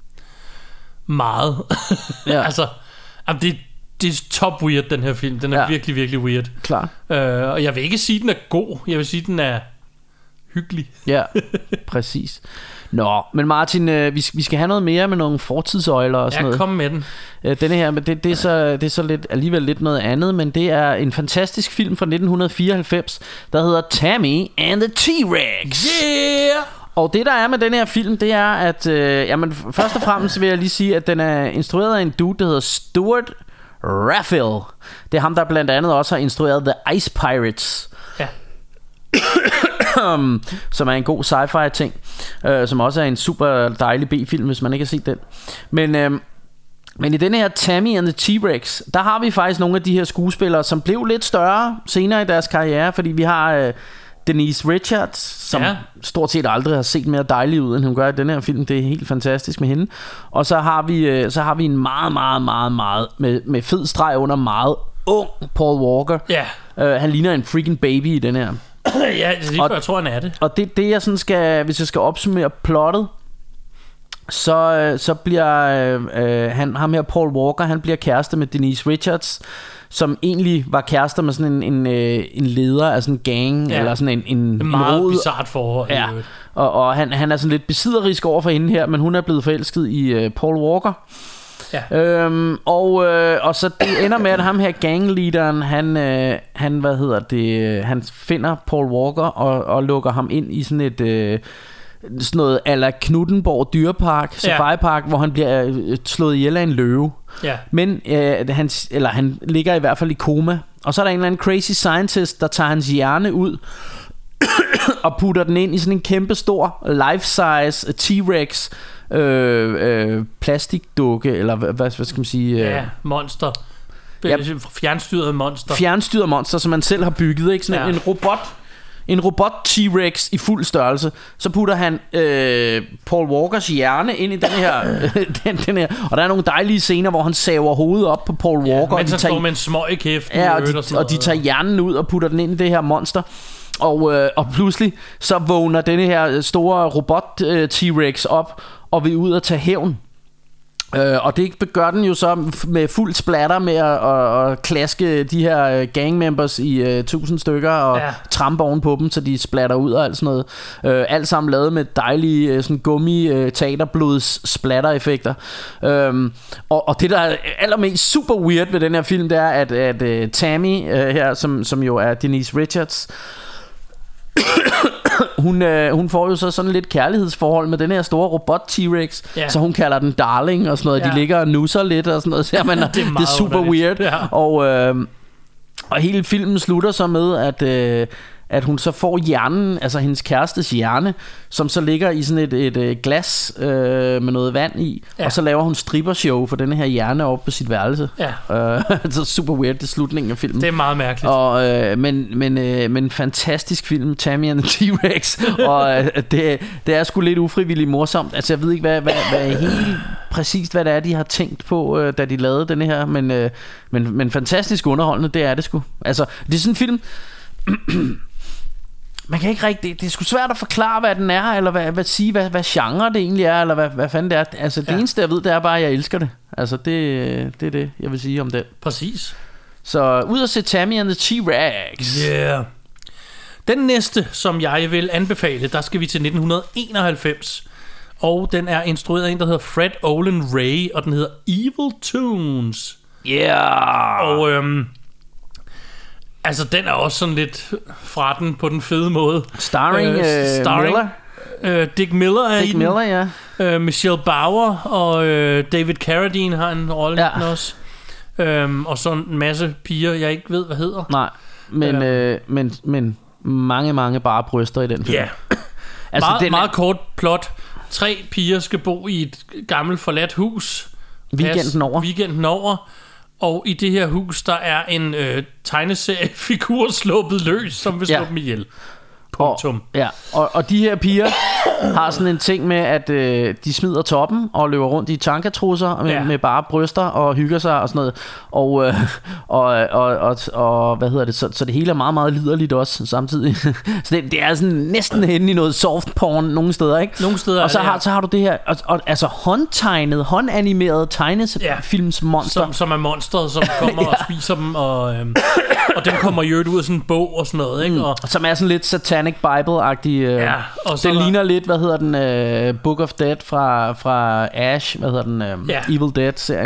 Meget. ja. altså, jamen det, det er top weird, den her film. Den er ja. virkelig, virkelig weird. Klar. Øh, og jeg vil ikke sige, den er god. Jeg vil sige, den er hyggelig. ja, præcis. Nå, men Martin, øh, vi, vi skal have noget mere med nogle fortidsøjler og sådan ja, noget. Ja, kom med den. Øh, denne her, det, det er så, det er så lidt, alligevel lidt noget andet, men det er en fantastisk film fra nitten fireoghalvfems, der hedder Tammy and the T-Rex. Yeah! Og det der er med den her film, det er at øh, jamen, først og fremmest vil jeg lige sige, at den er instrueret af en dude, der hedder Stuart Raphael. Det er ham, der blandt andet også har instrueret The Ice Pirates. Ja. Som er en god sci-fi ting, øh, som også er en super dejlig B-film, hvis man ikke har set den. Men, øh, men i denne her Tammy and the T-Rex, der har vi faktisk nogle af de her skuespillere, som blev lidt større senere i deres karriere, fordi vi har øh, Denise Richards, som ja. stort set aldrig har set mere dejlig ud, end hun gør i den her film. Det er helt fantastisk med hende. Og så har vi, øh, så har vi en meget, meget, meget, meget med, med fed streg under meget ung Paul Walker. Ja. øh, Han ligner en freaking baby i den her. Ja, det er lige før, jeg tror, han er det. Og det, det jeg sådan skal, hvis jeg skal opsummere plottet, så, så bliver øh, han, ham her Paul Walker, han bliver kæreste med Denise Richards, som egentlig var kærester med sådan en, en, en leder af sådan en gang, ja. eller sådan en en, en meget bizarrt forhold. Ja. Og, og han, han er sådan lidt besidderisk over for hende her, men hun er blevet forelsket i uh, Paul Walker. Ja. Øhm, og, øh, og så det ender med, at ham her gangleaderen, han, øh, han, hvad hedder det, han finder Paul Walker og, og lukker ham ind i sådan et, øh, sådan noget a la Knuthenborg Dyrepark, Safari-park, hvor han bliver øh, slået ihjel af en løve. Ja. Men øh, han, eller han ligger i hvert fald i koma. Og så er der en eller anden crazy scientist, der tager hans hjerne ud og putter den ind i sådan en kæmpe stor life-size T-Rex øh, øh, plastikdukke, eller hvad, hvad skal man sige? Øh, ja, monster. Ja. Fjernstyret monster. Fjernstyret monster, som man selv har bygget, ikke? Sådan ja. en, en robot. En robot T-Rex i fuld størrelse. Så putter han øh, Paul Walkers hjerne ind i den her, den, den her. Og der er nogle dejlige scener, hvor han saver hovedet op på Paul Walker. Ja, mens han tager, står med en smøg i kæften. Ja, og de, og, og de tager hjernen ud og putter den ind i det her monster. Og, øh, og pludselig så vågner denne her store robot øh, T-Rex op og vil ud og tage hævn. Uh, og det gør den jo så med fuld splatter med at, at, at klaske de her gang members i uh, tusind stykker og ja. trampe oven på dem, så de splatter ud og alt sådan noget. Uh, alt sammen lavet med dejlige uh, sådan gummi uh, teaterblods splatter effekter. Uh, og, og det der er allermest super weird ved den her film, det er at, at uh, Tammy uh, her, som, som jo er Denise Richards, hun, øh, hun får jo så sådan lidt kærlighedsforhold med den her store robot T-Rex, ja. Så hun kalder den darling og sådan noget. Ja. De ligger og nusser lidt og sådan noget, så man, det, er det er super weird. Ja. Og, øh, og hele filmen slutter så med at øh, at hun så får hjernen, altså hendes kærestes hjerne, som så ligger i sådan et, et, et glas øh, med noget vand i, ja. Og så laver hun strippershow for denne her hjerne op på sit værelse. Ja. Øh, det er super weird, det er slutningen af filmen. Det er meget mærkeligt. Og, øh, men, men, øh, men fantastisk film, Tammy and the T-Rex, og øh, det, det er sgu lidt ufrivilligt morsomt. Altså jeg ved ikke, hvad, hvad, hvad helt præcist, hvad det er, de har tænkt på, øh, da de lavede denne her, men, øh, men, men fantastisk underholdende, det er det sgu. Altså, det er sådan en film... Man kan ikke rigtig, det er sgu svært at forklare, hvad den er, eller hvad, hvad sige, hvad, hvad genre det egentlig er, eller hvad, hvad fanden det er. Altså det ja. eneste jeg ved, det er bare, at jeg elsker det. Altså det, det er det, jeg vil sige om det. Præcis. Så ud at se Tammy and the T-Rex. Yeah. Den næste, som jeg vil anbefale, der skal vi til nitten enoghalvfems. Og den er instrueret af en, der hedder Fred Olen Ray, og den hedder Evil Toons. Yeah. Og øhm, altså den er også sådan lidt fra den på den fede måde. Starring, øh, starring Miller. Øh, Dick Miller er Dick i den. Miller, ja. øh, Michelle Bauer og øh, David Carradine har en rolle ja. i den også. Øhm, og så en masse piger, jeg ikke ved, hvad hedder. Nej, men, øh, men, men mange, mange bare bryster i den film. Ja. altså, meget, den meget er... kort plot. Tre piger skal bo i et gammelt forladt hus. Weekenden over. Weekenden over. Og i det her hus, der er en øh, tegneseriefigur sluppet løs, som vil slå ja. dem ihjel. Punktum. Og, ja. og, og de her piger har sådan en ting med, at øh, de smider toppen og løber rundt i tankatrusser med, ja. med bare bryster og hygger sig og sådan noget. Og, øh, og, og, og, og hvad hedder det? Så, så det hele er meget, meget liderligt også samtidig. så det, det er sådan næsten henne i noget soft porn nogle steder, ikke? Nogle steder. Og så det, har, ja. så har du det her, og, og, altså håndtegnet, håndanimeret tegnefilmsmonster. Ja. Som, som er monstret, som kommer ja. og spiser dem, og, øhm, og den kommer jo ud af sådan en bog og sådan noget, ikke? Og, som er sådan lidt satanic Bible-agtig. Øh, ja, og den ligner der... lidt, hvad hedder den, uh, Book of Dead fra, fra Ash, hvad hedder den, uh, ja. Evil Dead-serien.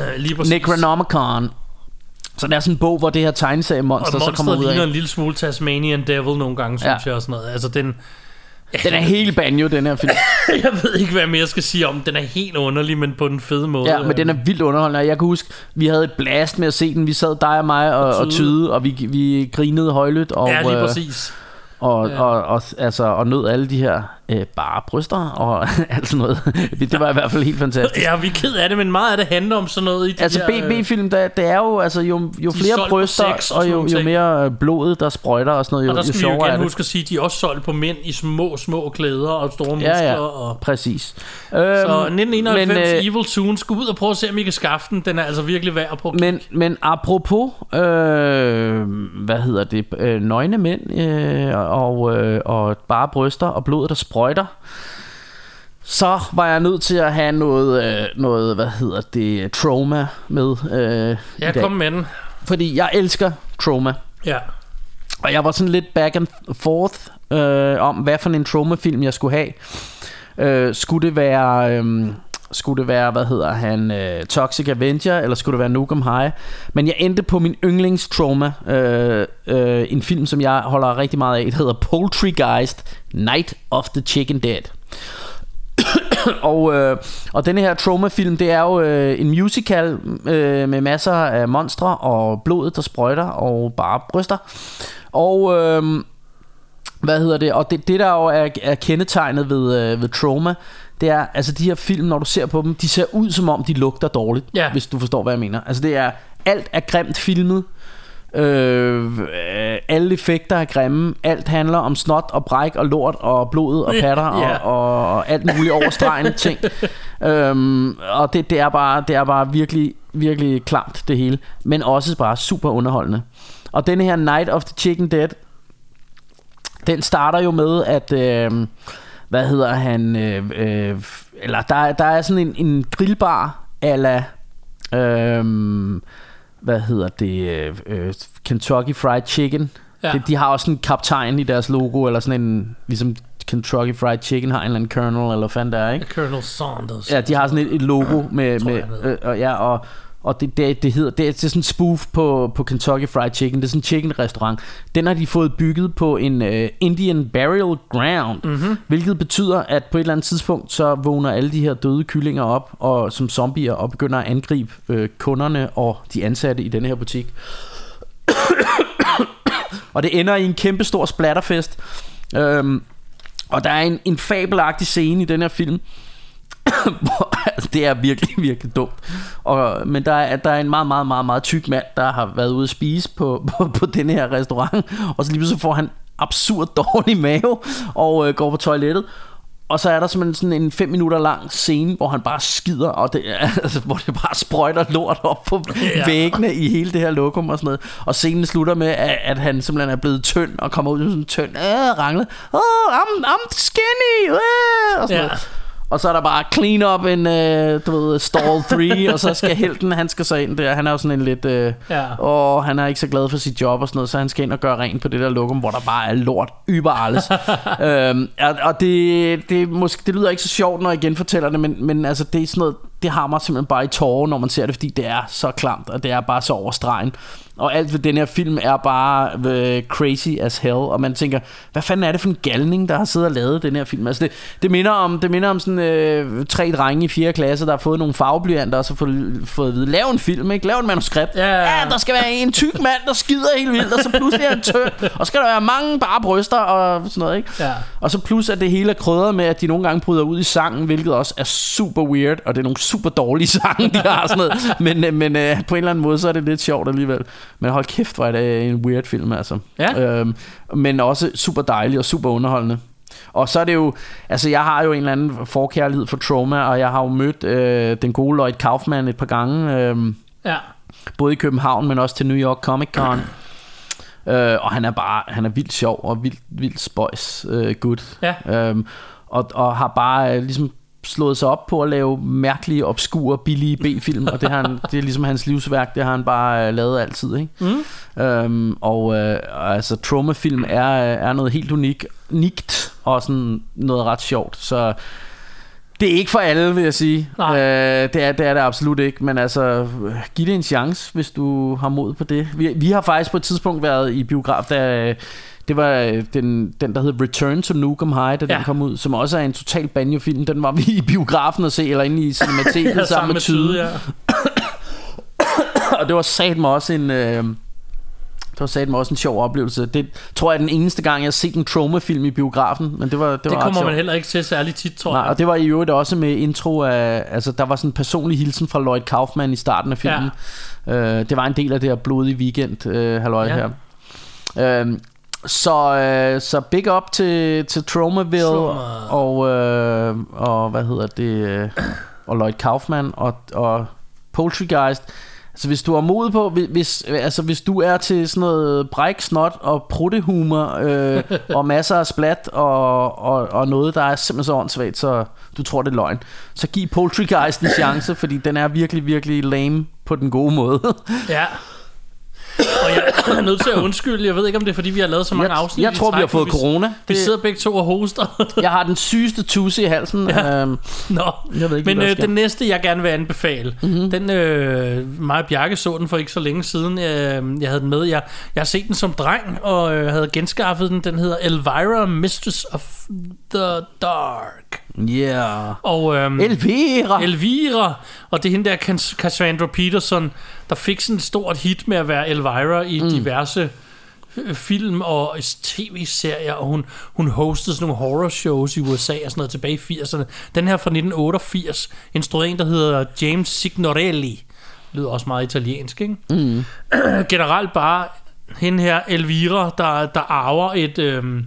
Necronomicon. Så det er sådan en bog, hvor det her tegneseriemonster så kommer ud af. Og ligner en lille smule Tasmanian Devil nogle gange, synes ja. jeg, og sådan noget. Altså den... Den er helt banjo, den her film. Jeg ved ikke, hvad mere jeg skal sige om. Den er helt underlig, men på den fede måde. Ja, men den er vildt underholdende. Jeg kan huske, vi havde et blast med at se den. Vi sad dig og mig og, og Tyde, og vi, vi grinede højlydt. Og, ja, lige præcis. Og, ja. og, og, altså, og nød alle de her øh, bare bryster og alt sådan noget. Det var i hvert fald helt fantastisk. Ja, vi er ked af det, men meget af det handler om sådan noget i de altså her, B B-film, der, det er jo altså, jo, jo flere bryster og, og jo, jo mere blod der sprøjter og sådan noget, jo, og der skal jo vi jo gerne det. huske at sige, de er også solgt på mænd i små, små klæder og store muskler. Ja, ja, og... præcis. Så nitten enoghalvfems men, øh, Evil Toons, gå ud og prøve at se, om I kan skaffe den. Den er altså virkelig værd at prøve. Men, men apropos, øh, hvad hedder det, øh, nøgne mænd øh, og, øh, og bare bryster og blod, der sprøjter, så var jeg nødt til at have noget, øh, noget hvad hedder det, trauma med øh, ja, kom med den. Fordi jeg elsker trauma. Ja. Og jeg var sådan lidt back and forth øh, om, hvad for en trauma-film jeg skulle have. Øh, skulle det være... Øh, Skulle det være, hvad hedder han, uh, Toxic Avenger, eller skulle det være Nukem High? Men jeg endte på min yndlingstrauma, uh, uh, en film, som jeg holder rigtig meget af. Det hedder Poultrygeist, Night of the Chicken Dead. og, øh, og denne her Troma-film, det er jo øh, en musical øh, med masser af monstre og blod, der sprøjter, og bare bryster. Og øh, hvad hedder det? Og det, det der jo er, er kendetegnet ved, øh, ved Troma, det er, altså de her film, når du ser på dem, de ser ud som om de lugter dårligt, ja. Hvis du forstår hvad jeg mener. Altså det er, alt er grimt filmet. Øh, alle effekter er grimme. Alt handler om snot og bræk og lort og blod og patter yeah. og, og, og alt muligt overstregende ting. øhm, Og det, det, er bare, det er bare virkelig, virkelig klamt det hele. Men også bare super underholdende. Og denne her Night of the Chicken Dead, den starter jo med at øh, hvad hedder han øh, øh, eller der, der er sådan en, en grillbar a la øh, hvad hedder det, øh, Kentucky Fried Chicken. Ja. De, de har også en kaptajn i deres logo, eller sådan en, ligesom Kentucky Fried Chicken har en eller anden Colonel, eller hvad fanden der er, ikke? Colonel Sanders. Ja, de har sådan et, et logo med, med øh, og ja, og og det, det, det hedder, det er, det er sådan en spoof på, på Kentucky Fried Chicken. Det er sådan en chicken restaurant. Den har de fået bygget på en uh, Indian Burial Ground, mm-hmm. hvilket betyder, at på et eller andet tidspunkt så vågner alle de her døde kyllinger op og som zombier og begynder at angribe øh, kunderne og de ansatte i denne her butik. Og det ender i en kæmpe stor splatterfest. Øhm, og der er en, en fabelagtig scene i den her film. Altså, det er virkelig, virkelig dumt. Og, men der er, der er en meget, meget, meget, meget tyk mand, der har været ude at spise på, på, på denne her restaurant. Og så lige så får han absurd dårlig mave og øh, går på toilettet. Og så er der simpelthen sådan en fem minutter lang scene, hvor han bare skider, og det, altså, hvor det bare sprøjter lort op på ja. væggene i hele det her lokum og sådan noget. Og scenen slutter med, at, at han simpelthen er blevet tynd og kommer ud med sådan en tynd øh, ranglet. Oh, I'm, I'm skinny! Øh, og sådan ja. noget. Og så er der bare clean up en uh, du ved, stall tre. Og så skal helten, han skal så ind der. Han er jo sådan en lidt uh, ja. Og han er ikke så glad for sit job og sådan noget, så han skal ind og gøre rent på det der lokum, hvor der bare er lort überalles. øhm, Og det, det, måske, det lyder ikke så sjovt, når jeg genfortæller det, Men, men altså, det er sådan noget, det har mig simpelthen bare i tårer, når man ser det, fordi det er så klamt, og det er bare så overstregen. Og alt ved den her film er bare uh, crazy as hell. Og man tænker, hvad fanden er det for en galning, der har siddet og lavet den her film? Altså det, det, minder om, det minder om sådan uh, tre drenge i fjerde klasse, der har fået nogle farveblyanter, og så fået, fået at vide, lav en film, ikke? Lav en manuskript. Ja, ja, ja, der skal være en tyk mand, der skider helt vildt, og så pludselig er en tynd. Og så skal der være mange bare bryster og sådan noget, ikke? Ja. Og så plus at det hele er krydret med, at de nogle gange bryder ud i sangen, hvilket også er super weird, og det er nogle super dårlige sange, de har sådan noget. Men, men uh, på en eller anden måde, så er det lidt sjovt alligevel. Men hold kæft, hvor er det en weird film, altså. Ja. Øhm, men også super dejlig og super underholdende. Og så er det jo, altså jeg har jo en eller anden forkærlighed for Troma, og jeg har jo mødt øh, den gode Lloyd Kaufman et par gange. Øh, ja. Både i København, men også til New York Comic Con. øh, og han er bare, han er vildt sjov og vildt, vildt spøjs øh, good. Ja. Øhm, og, og har bare øh, ligesom slået sig op på at lave mærkelige, obskure, billige B-film, og det, har han, det er ligesom hans livsværk, det har han bare uh, lavet altid, ikke? Mm. Øhm, og uh, altså Troma-film er, er noget helt unik, unikt og sådan noget ret sjovt, så det er ikke for alle, vil jeg sige. øh, det, er, det er det absolut ikke, men altså giv det en chance, hvis du har mod på det. Vi, vi har faktisk på et tidspunkt været i biograf, der det var den, den der hed Return to Nukem High, da ja. den kom ud, som også er en total banjo-film. Den var vi i biografen at se, eller inde i Cinemateket ja, sammen med Tyde. Ja. Og det var satme også en øh, det var satme også en sjov oplevelse. Det tror jeg er den eneste gang jeg har set en Troma-film i biografen, men det var det, det var kommer man heller ikke til særligt tit, tror jeg. Nej, og det var i øvrigt også med intro af, altså der var sådan en personlig hilsen fra Lloyd Kaufman i starten af filmen. Ja. Øh, det var en del af det her blodige weekend øh, halløj ja. her. Øh, Så, øh, så big up til, til Tromaville og, øh, og hvad hedder det øh, og Lloyd Kaufman og, og Poultrygeist. Altså hvis du har mod på, hvis, altså hvis du er til sådan noget bræk, snot og pruttehumor øh, og masser af splat og, og, og noget der er simpelthen så åndssvagt, så du tror det er løgn, så giv Poultrygeist en chance, fordi den er virkelig virkelig lame på den gode måde. Ja. Og jeg er nødt til at undskylde. Jeg ved ikke, om det er, fordi vi har lavet så mange Jeg, afsnit. jeg tror, vi har fået corona. Vi Det, sidder begge to og hoster. jeg har den sygeste tusse i halsen. Ja. Øhm, Nå, Jeg ved ikke, men hvad der øh, sker. den næste, jeg gerne vil anbefale, mm-hmm. den, øh, mig og Bjarke så den for ikke så længe siden. Øh, jeg havde den med. Jeg, jeg har set den som dreng, og øh, havde genskaffet den. Den hedder Elvira, Mistress of the Dark. yeah. Og, øhm, Elvira. Elvira. Og det er hende der Cas- Cassandra Peterson, der fik sådan et stort hit med at være Elvira i mm. diverse øh, film og tv-serier, og hun, hun hostede sådan nogle horror shows i U S A og sådan noget tilbage i firserne. Den her fra nitten otteogfirs, instrueret en, der hedder James Signorelli. Det lyder også meget italiensk, ikke? Mm. Generelt bare hende her, Elvira, der, der arver et, øhm,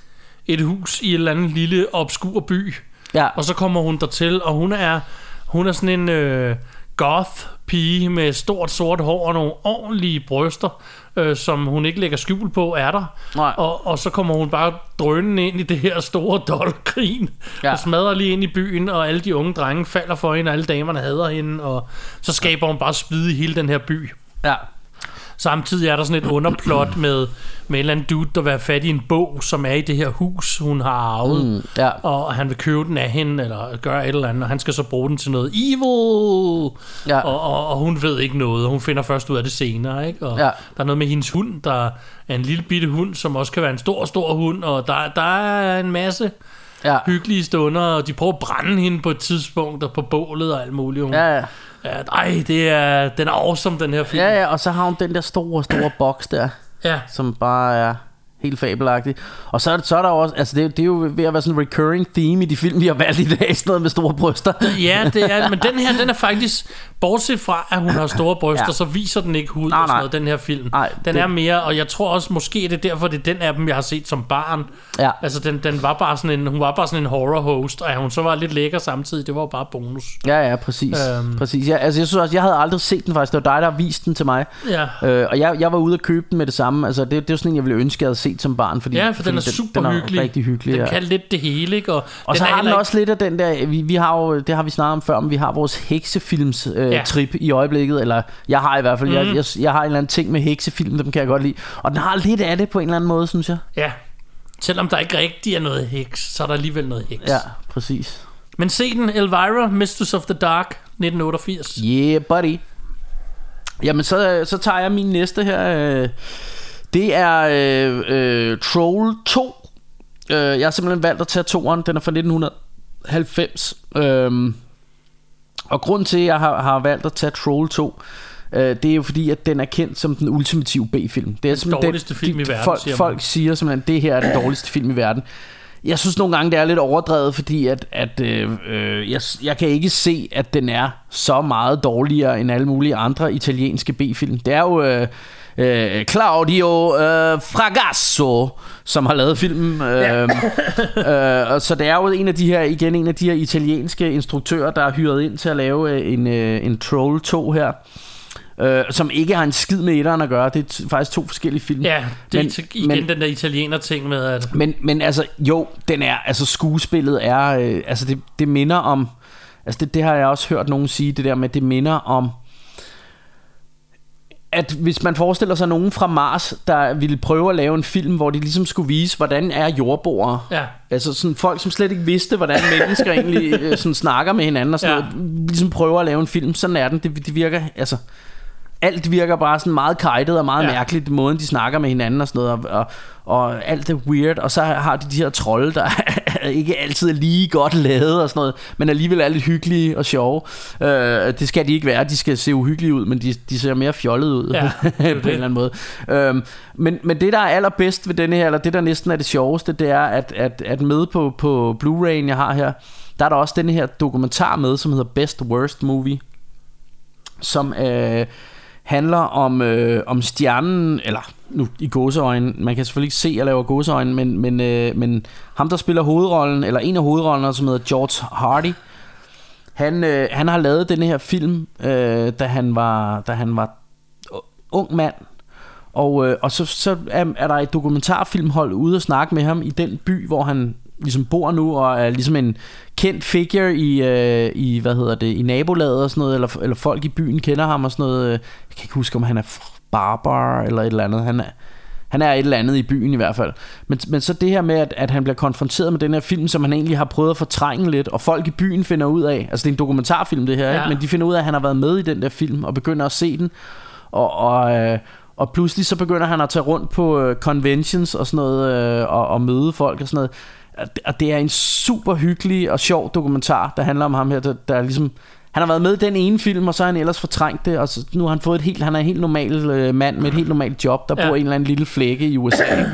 et hus i en eller anden lille obskur by. Ja. Og så kommer hun dertil, og hun er, hun er sådan en øh, goth-pige med stort sort hår og nogle ordentlige bryster, øh, som hun ikke lægger skjul på, er der. Nej. Og, og så kommer hun bare drønende ind i det her store dolkgrin, Ja. og smadrer lige ind i byen, og alle de unge drenge falder for hende, og alle damerne hader hende, og så skaber hun bare splid i hele den her by. Ja. Samtidig er der sådan et underplot med, med en eller anden dude, der vil have fat i en bog, som er i det her hus, hun har arvet. Mm, ja. Og han vil købe den af hende, eller gøre et eller andet, og han skal så bruge den til noget evil. Ja. Og, og, og hun ved ikke noget, og hun finder først ud af det senere. Ikke? Og Ja. der er noget med hendes hund, der er en lille bitte hund, som også kan være en stor, stor hund, og der, der er en masse Ja. hyggelige stunder, og de prøver at brænde hende på et tidspunkt, og på bålet og alt muligt. Hun, Ja, ja. ja, ej, det er, den er awesome, den her film. Ja, ja, og så har hun den der store, store boks der, ja. som bare er helt fabelagtig. Og så er, det, så er der også, altså det, det er jo ved at være sådan en recurring theme i de film, vi har valgt i dag, sådan noget med store bryster. Ja, det er, men den her, den er faktisk, bortset fra, at hun har store bryster, Ja. så viser den ikke hud Nej, og sådan nej. noget, den her film. Nej, den det- er mere, og jeg tror også, måske det er derfor, det er den af dem, jeg har set som barn. Ja. Altså, den, den var bare sådan en, hun var bare sådan en horror host, og at hun så var lidt lækker samtidig, det var jo bare bonus. Ja, ja, præcis. Øhm. præcis. Ja, altså jeg synes også, jeg havde aldrig set den faktisk. Det var dig, der har vist den til mig. Ja. Øh, og jeg, jeg var ude og købe den med det samme. Altså det, det er jo sådan en, jeg ville ønske, jeg havde set som barn. Fordi, Ja, for den er fordi super den, den hyggelig. er rigtig hyggelig. Den ja. kan lidt det hele, ikke? Og, Og den så er har den heller også lidt af den der, vi, vi har jo, det har vi snakket om før, men vi har vores heksefilms øh, Ja. trip i øjeblikket, eller jeg har i hvert fald, mm. jeg, jeg, jeg har en eller anden ting med heksefilm, dem kan jeg godt lide. Og den har lidt af det på en eller anden måde, synes jeg. Ja, selvom der ikke rigtig er noget heks, så er der alligevel noget heks. Ja, præcis. Men se den, Elvira, Mistress of the Dark, nitten otteogfirs. Yeah, buddy. Jamen, så, så tager jeg min næste her. øh, Det er øh, øh, Troll to. Øh, jeg har simpelthen valgt at tage toeren. Den er fra nitten halvfems. Øhm, og grunden til, at jeg har, har valgt at tage Troll to, øh, det er jo fordi, at den er kendt som den ultimative B-film. Det er Den dårligste film i verden, folk, siger man. folk siger simpelthen, at det her er den dårligste film i verden. Jeg synes nogle gange, det er lidt overdrevet, fordi at, at øh, øh, jeg, jeg kan ikke se, at den er så meget dårligere end alle mulige andre italienske B-film. Det er jo øh, øh, Claudio øh, Fragasso, som har lavet filmen. Øh, øh, og så det er jo en af de her, igen en af de her italienske instruktører, der er hyret ind til at lave øh, en, øh, en Troll to her. Øh, som ikke har en skid med etteren at gøre. Det er t- faktisk to forskellige film. Ja, det er Men- men, igen men- den der italiener ting med, at Men, men altså, jo, den er, altså skuespillet er, øh, altså det, det minder om, altså det, det har jeg også hørt nogen sige, det der med, det minder om, at hvis man forestiller sig nogen fra Mars, der ville prøve at lave en film, hvor de ligesom skulle vise, hvordan er jordboere. ja, Altså sådan folk, som slet ikke vidste, hvordan mennesker egentlig øh, sådan snakker med hinanden og sådan Ja. noget, ligesom prøver at lave en film. Sådan er den. Det, det virker, altså alt virker bare sådan meget kajtet og meget Ja. ja. mærkeligt, måden de snakker med hinanden og sådan noget, og, og, og alt er weird. Og så har de de her trolde, der ikke altid er lige godt lavet og sådan noget, men alligevel er lidt hyggelige og sjove. Uh, det skal de ikke være. De skal se uhyggelige ud, men de, de ser mere fjollet ud Ja, på det er en det. eller anden måde. Um, men, men det der er allerbedst ved denne her, eller det der næsten er det sjoveste, det er at, at, at med på, på Blu-ray'en jeg har her, der er der også denne her dokumentar med, som hedder Best Worst Movie, som øh, handler om, øh, om stjernen, eller nu i gåseøjne, man kan selvfølgelig ikke se, at jeg laver gåseøjne, men, men, øh, men ham der spiller hovedrollen, eller en af hovedrollerne, som hedder George Hardy, han, øh, han har lavet denne her film, øh, da han var, da han var ung mand. Og, øh, og så, så er, er der et dokumentarfilmhold ude og snakke med ham i den by, hvor han ligesom bor nu, og er ligesom en kendt figure i, øh, i hvad hedder det, i nabolaget og sådan noget, eller, eller folk i byen kender ham og sådan noget. Jeg kan ikke huske, om han er barber eller et eller andet. Han er, han er et eller andet i byen i hvert fald. Men, men så det her med, at, at han bliver konfronteret med den her film, som han egentlig har prøvet at fortrænge lidt, og folk i byen finder ud af, altså det er en dokumentarfilm det her, ja. ikke? Men de finder ud af, at han har været med i den der film, og begynder at se den, og, og, øh, og pludselig så begynder han at tage rundt på øh, conventions og sådan noget, øh, og, og møde folk og sådan noget. Og det er en super hyggelig og sjov dokumentar, der handler om ham her, der, der ligesom... Han har været med i den ene film, og så har han ellers fortrængt det, og så, nu har han fået et helt... Han er en helt normal øh, mand med et helt normalt job, der ja. bor i en eller anden lille flække i U S A.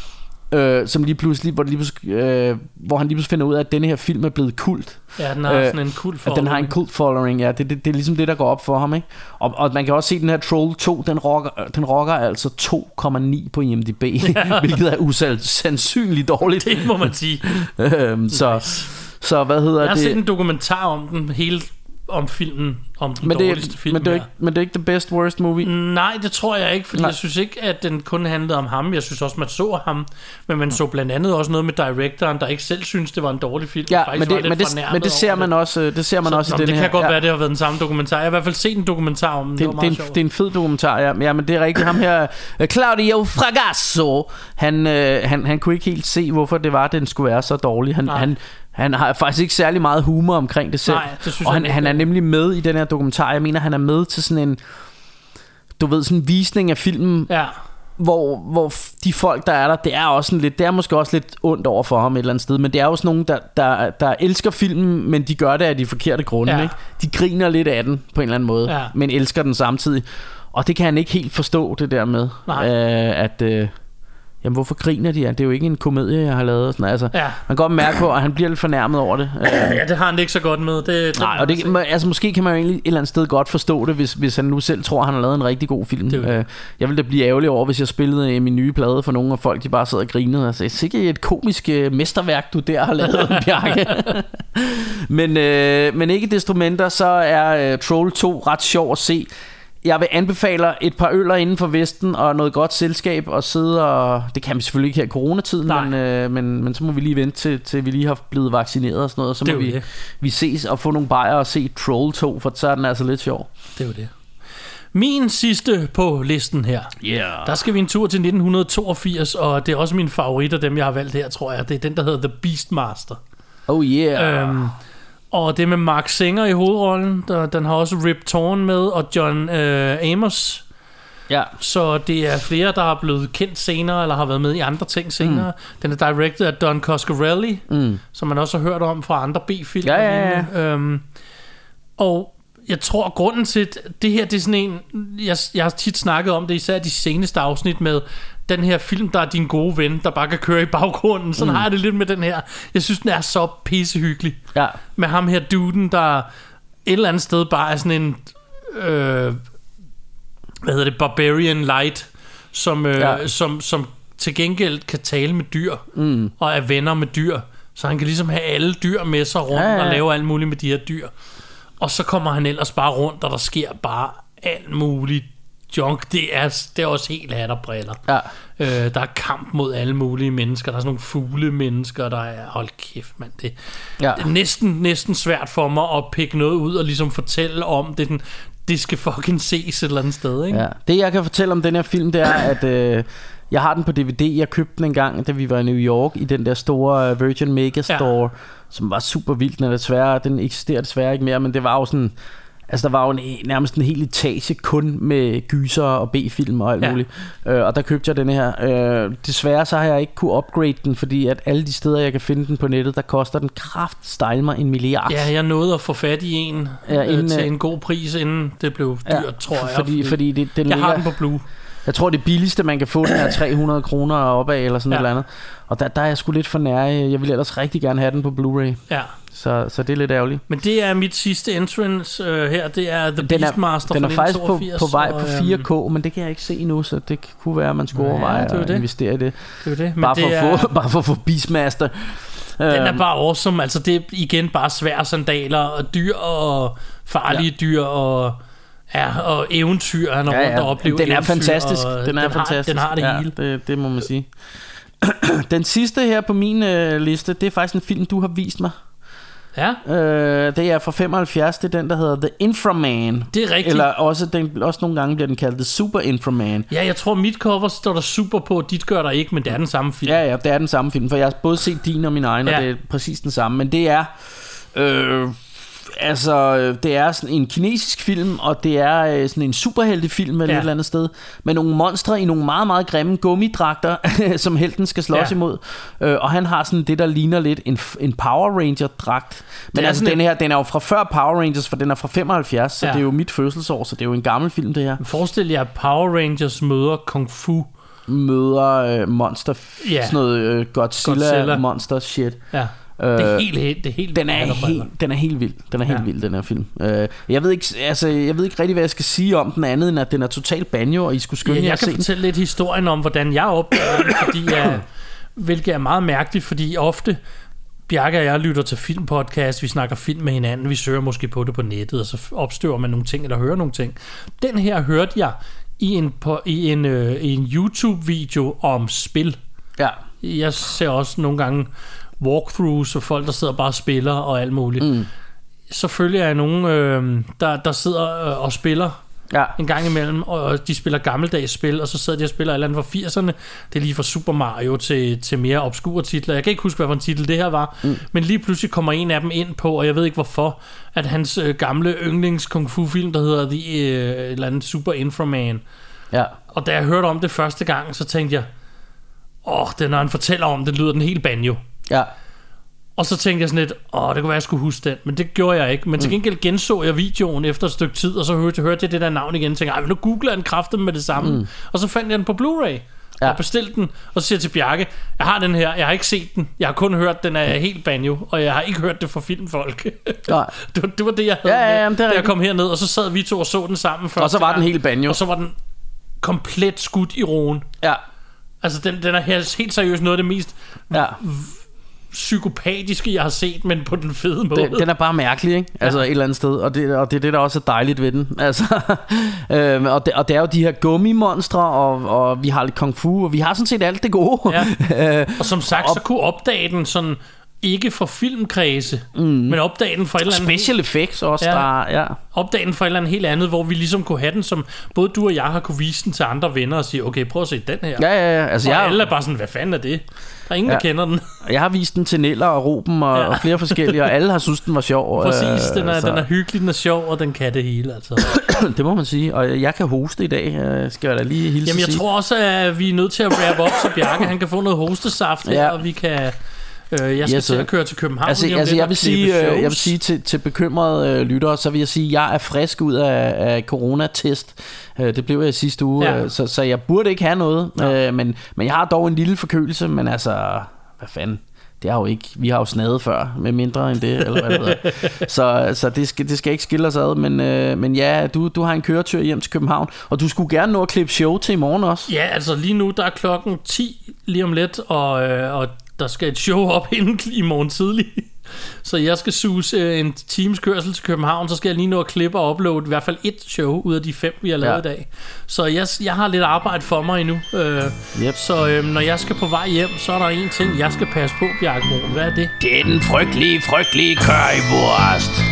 Øh, som lige pludselig, hvor, lige pludselig øh, hvor han lige pludselig finder ud af, at denne her film er blevet kult. Ja, den har øh, sådan en kult following. Den har en kult following, ja. Det, det, det er ligesom det, der går op for ham, ikke? Og, og man kan også se, den her Troll to, den rocker, den rocker altså to komma ni på I M D B, ja. Hvilket er usandsynligt dårligt. Det må man sige. øhm, så, nice. så hvad hedder det? Jeg har det? set en dokumentar om den hele... om filmen, om den men dårligste det, film men det, er ikke, men det er ikke the best worst movie? Nej, det tror jeg ikke, fordi Nej. jeg synes ikke, at den kun handlede om ham. Jeg synes også, man så ham, men man så blandt andet også noget med directoren, der ikke selv synes det var en dårlig film. Ja, men det, men, det, men det ser man også, det ser man så, også nå, i den det her. Det kan godt ja. være, det har været den samme dokumentar. Jeg har i hvert fald set en dokumentar om den. Det, det, det, er, en, det er en fed dokumentar, ja. Ja, men det er rigtigt. Ham her, Claudio Fragasso, han, øh, han, han kunne ikke helt se, hvorfor det var, at den skulle være så dårlig. Han, han, han har faktisk ikke særlig meget humor omkring det selv. Nej, det synes og han, han, han er nemlig med i den her dokumentar. Jeg mener, han er med til sådan en, du ved, sådan en visning af filmen, ja. hvor, hvor de folk, der er der, det er også sådan lidt, det er måske også lidt ondt over for ham et eller andet sted, men det er også nogen, der, der, der elsker filmen, men de gør det af de forkerte grunde, ja. ikke? De griner lidt af den på en eller anden måde, ja. men elsker den samtidig. Og det kan han ikke helt forstå, det der med, øh, at... Øh, jamen hvorfor griner de? Det er jo ikke en komedie, jeg har lavet. Sådan, altså, ja. Man kan godt mærke på, at han bliver lidt fornærmet over det. Ja, det har han det ikke så godt med. Det, Nej, og det, altså, måske kan man jo egentlig et eller andet sted godt forstå det, hvis, hvis han nu selv tror, at han har lavet en rigtig god film. Det jeg ville da blive ærgerlig over, hvis jeg spillede min nye plade for nogle af folk, de bare sad og grinede og sagde, sikkert et komisk mesterværk, du der har lavet, Bjarke. men, øh, men ikke desto mindre, så er uh, Troll to ret sjov at se. Jeg vil anbefale et par øller inden for Vesten og noget godt selskab og sidde og... Det kan vi selvfølgelig ikke her i coronatiden, men, øh, men, men så må vi lige vente til, til vi lige har blevet vaccineret og sådan noget. Og så må vi, vi ses og få nogle bajer og se Troll to, for så er den altså lidt sjov. Det er jo det. Min sidste på listen her, yeah. der skal vi en tur til nitten toogfirs, og det er også min favorit af dem, jeg har valgt her, tror jeg. Det er den, der hedder The Beastmaster. Oh yeah. Øhm, Og det med Mark Singer i hovedrollen. Der, den har også Rip Torn med, og John øh, Amos. Ja. Så det er flere, der har blevet kendt senere, eller har været med i andre ting senere. Mm. Den er directed af Don Coscarelli, mm. som man også har hørt om fra andre B-film. Ja, ja, ja. Øhm, og jeg tror, grunden til det her, det er sådan en... Jeg, jeg har tit snakket om det, især de seneste afsnit med den her film, der er din gode ven, der bare kan køre i baggrunden. Sådan mm. har jeg det lidt med den her. Jeg synes, den er så pissehyggelig. Ja. Med ham her duden, der et eller andet sted bare er sådan en... Øh, hvad hedder det? Barbarian light, som, øh, ja. som, som til gengæld kan tale med dyr, mm. og er venner med dyr. Så han kan ligesom have alle dyr med sig rundt, ja, ja, ja. og lave alt muligt med de her dyr. Og så kommer han ellers bare rundt, og der sker bare alt muligt junk. Det er, det er også helt hatterbriller. Ja. Øh, der er kamp mod alle mulige mennesker. Der er sådan nogle fugle mennesker, der er... Hold kæft, mand. Det, ja. det er næsten, næsten svært for mig at pikke noget ud og ligesom fortælle om det. Den, det skal fucking ses et eller andet sted, ikke? Ja. Det jeg kan fortælle om den her film, det er, at... Øh, jeg har den på D V D. Jeg købte den en gang, da vi var i New York, i den der store Virgin Megastore, ja. som var super vild. Den er desværre, den eksisterer desværre ikke mere, men det var jo sådan... Altså der var jo en, nærmest en hel etage kun med gyser og B-film og alt ja. muligt. øh, Og der købte jeg den her. øh, Desværre så har jeg ikke kunne upgrade den, fordi at alle de steder jeg kan finde den på nettet, der koster den kraftstejl mig en milliard. Ja, jeg nåede at få fat i en ja, inden, øh, til en god pris, inden det blev dyrt, ja, tror jeg. Fordi, fordi det, den jeg ligger, har den på Blue. Jeg tror det billigste man kan få, den er tre hundrede kroner opad eller sådan ja. et eller andet. Og der, der er jeg sgu lidt for nær. Jeg vil ellers rigtig gerne have den på Blu-ray. Ja. Så, så det er lidt ærgerligt. Men det er mit sidste entrance uh, her. Det er The Beastmaster. Den er, den er faktisk på, på vej og, på fire K, um, men det kan jeg ikke se endnu, så det kunne være at man skulle overveje ja, at investere i det. Det er det. Men bare, det for er, få, bare for at få Beastmaster. Den er bare awesome. Altså det er igen bare svære sandaler og dyr og farlige ja. dyr og ja, og eventyr, han har ja, rundt og oplevet. Den er eventyr, fantastisk. Den er den fantastisk. Har, den har det ja, hele. Det, det må man sige. Den sidste her på min øh, liste, det er faktisk en film, du har vist mig. Ja. Øh, det er fra femoghalvfjerds. Det er den, der hedder The Inframan. Det er rigtigt. Eller også, den, også nogle gange bliver den kaldt The Super Inframan. Ja, jeg tror, mit cover står der super på. Dit gør der ikke, men det er den samme film. Ja, ja, det er den samme film. For jeg har både set din og min egen, ja. Og det er præcis den samme. Men det er... Øh, Altså, det er sådan en kinesisk film, og det er sådan en superheltefilm eller ja. Et eller andet sted, med nogle monstre i nogle meget, meget grimme gummidragter, som helten skal slås ja. Imod. Og han har sådan det, der ligner lidt en, en Power Ranger-dragt. Men altså, den her, den er jo fra før Power Rangers, for den er fra femoghalvfjerds, så ja. Det er jo mit fødselsår, så det er jo en gammel film, det her. Forestil jer, Power Rangers møder Kung Fu. Møder øh, monster, ja. Sådan noget øh, Godzilla, Godzilla monster shit. Ja. Det er helt, helt, det er helt den er helt, den er helt vild. Den er helt ja. Vild, den her film. Uh, jeg ved ikke, altså, jeg ved ikke rigtig, hvad jeg skal sige om den andet, end at den er totalt banjo, og I skulle skynde ja, jer jeg at se kan fortælle lidt historien om, hvordan jeg opdagede den, fordi jeg, hvilket er meget mærkeligt, fordi ofte Bjarke og jeg lytter til filmpodcast, vi snakker film med hinanden, vi søger måske på det på nettet, og så opstøver man nogle ting, eller hører nogle ting. Den her hørte jeg i en, på, i en, øh, i en YouTube-video om spil. Ja. Jeg ser også nogle gange walkthroughs og folk, der sidder bare og spiller og alt muligt. Mm. Så følger jeg nogen, øh, der, der sidder øh, og spiller ja. En gang imellem, og de spiller gammeldags spil, og så sidder de og spiller et eller andet fra firserne. Det er lige fra Super Mario til, til mere obskure titler. Jeg kan ikke huske, hvad for en titel det her var, mm. men lige pludselig kommer en af dem ind på, og jeg ved ikke hvorfor, at hans øh, gamle yndlings kung fu film, der hedder The, øh, et eller andet Super Inframan. Ja. Og da jeg hørte om det første gang, så tænkte jeg, åh, oh, det når han fortæller om det, lyder den helt banjo. Ja. Og så tænkte jeg sådan lidt, åh, det kunne være, jeg skulle huske den. Men det gjorde jeg ikke. Men til gengæld genså jeg videoen efter et stykke tid, og så hørte, hørte jeg det der navn igen, og tænkte, ej, men nu googler jeg den kraften med det samme. Mm. Og så fandt jeg den på Blu-ray. Ja. Og bestilte den, og så siger jeg til Bjarke, jeg har den her, jeg har ikke set den, jeg har kun hørt, den er helt banjo, og jeg har ikke hørt det fra filmfolk. Ja. det, var, det var det, jeg havde ja, ja, ja, med, da jeg kom herned, og så sad vi to og så den sammen først. Og så var den helt banjo. Og så var den komplet skudt i roen. Ja. Altså, den, den er helt seriøst noget af det mest... Ja. psykopatiske, jeg har set, men på den fede måde. Den, den er bare mærkelig, ikke? Altså ja. Et eller andet sted, og det, og det er det, der også er dejligt ved den. Altså, øh, og, det, og det er jo de her gummimonstre, og, og vi har lidt kung fu, og vi har sådan set alt det gode. Ja. Og som sagt, og, så kunne opdage den sådan, ikke for filmkredse, mm. men opdage den for et eller andet... Special effects også, ja. Der, ja. Opdage den for et eller andet helt andet, hvor vi ligesom kunne have den, som både du og jeg har kunne vise den til andre venner, og sige, okay, prøv at se den her. Ja, ja, ja. Altså, og jeg... alle er bare sådan, hvad fanden er det? Der er ingen, ja. Der kender den. Jeg har vist den til Neller og Ruben og, ja. Og flere forskellige, og alle har synes den var sjov. Præcis, den er, den er hyggelig, den er sjov, og den kan det hele, altså. Det må man sige, og jeg kan hoste i dag, skal jeg da lige hilse. Jamen, jeg sige. Tror også, at vi er nødt til at wrap op, så Bjarke, han kan få noget hostesaft her, ja. Og vi kan... Øh, jeg skal yes, til at køre til København. Altså, altså jeg vil sige, jeg vil sige til, til bekymrede øh, lyttere, så vil jeg sige, at jeg er frisk ud af, af coronatest. Øh, det blev jeg sidste uge, ja. øh, så, så jeg burde ikke have noget. Ja. Øh, men, men jeg har dog en lille forkølelse, men altså, hvad fanden? Det er jo ikke, vi har jo snadet før, med mindre end det, eller hvad det hedder. Så, så det, skal, det skal ikke skille os ad, men, øh, men ja, du, du har en køretur hjem til København, og du skulle gerne nå at klippe show til i morgen også. Ja, altså lige nu, der er klokken ti lige om lidt, og, øh, og der skal et show op inden i morgen tidlig. Så jeg skal suse en times kørsel til København, så skal jeg lige nå at klippe og uploade i hvert fald et show ud af de fem, vi har lavet ja. I dag. Så jeg, jeg har lidt arbejde for mig endnu. Øh, yep. Så øh, når jeg skal på vej hjem, så er der en ting, jeg skal passe på, Bjarke Moen. Hvad er det? Det er den frygtelige, frygtelige currywurst.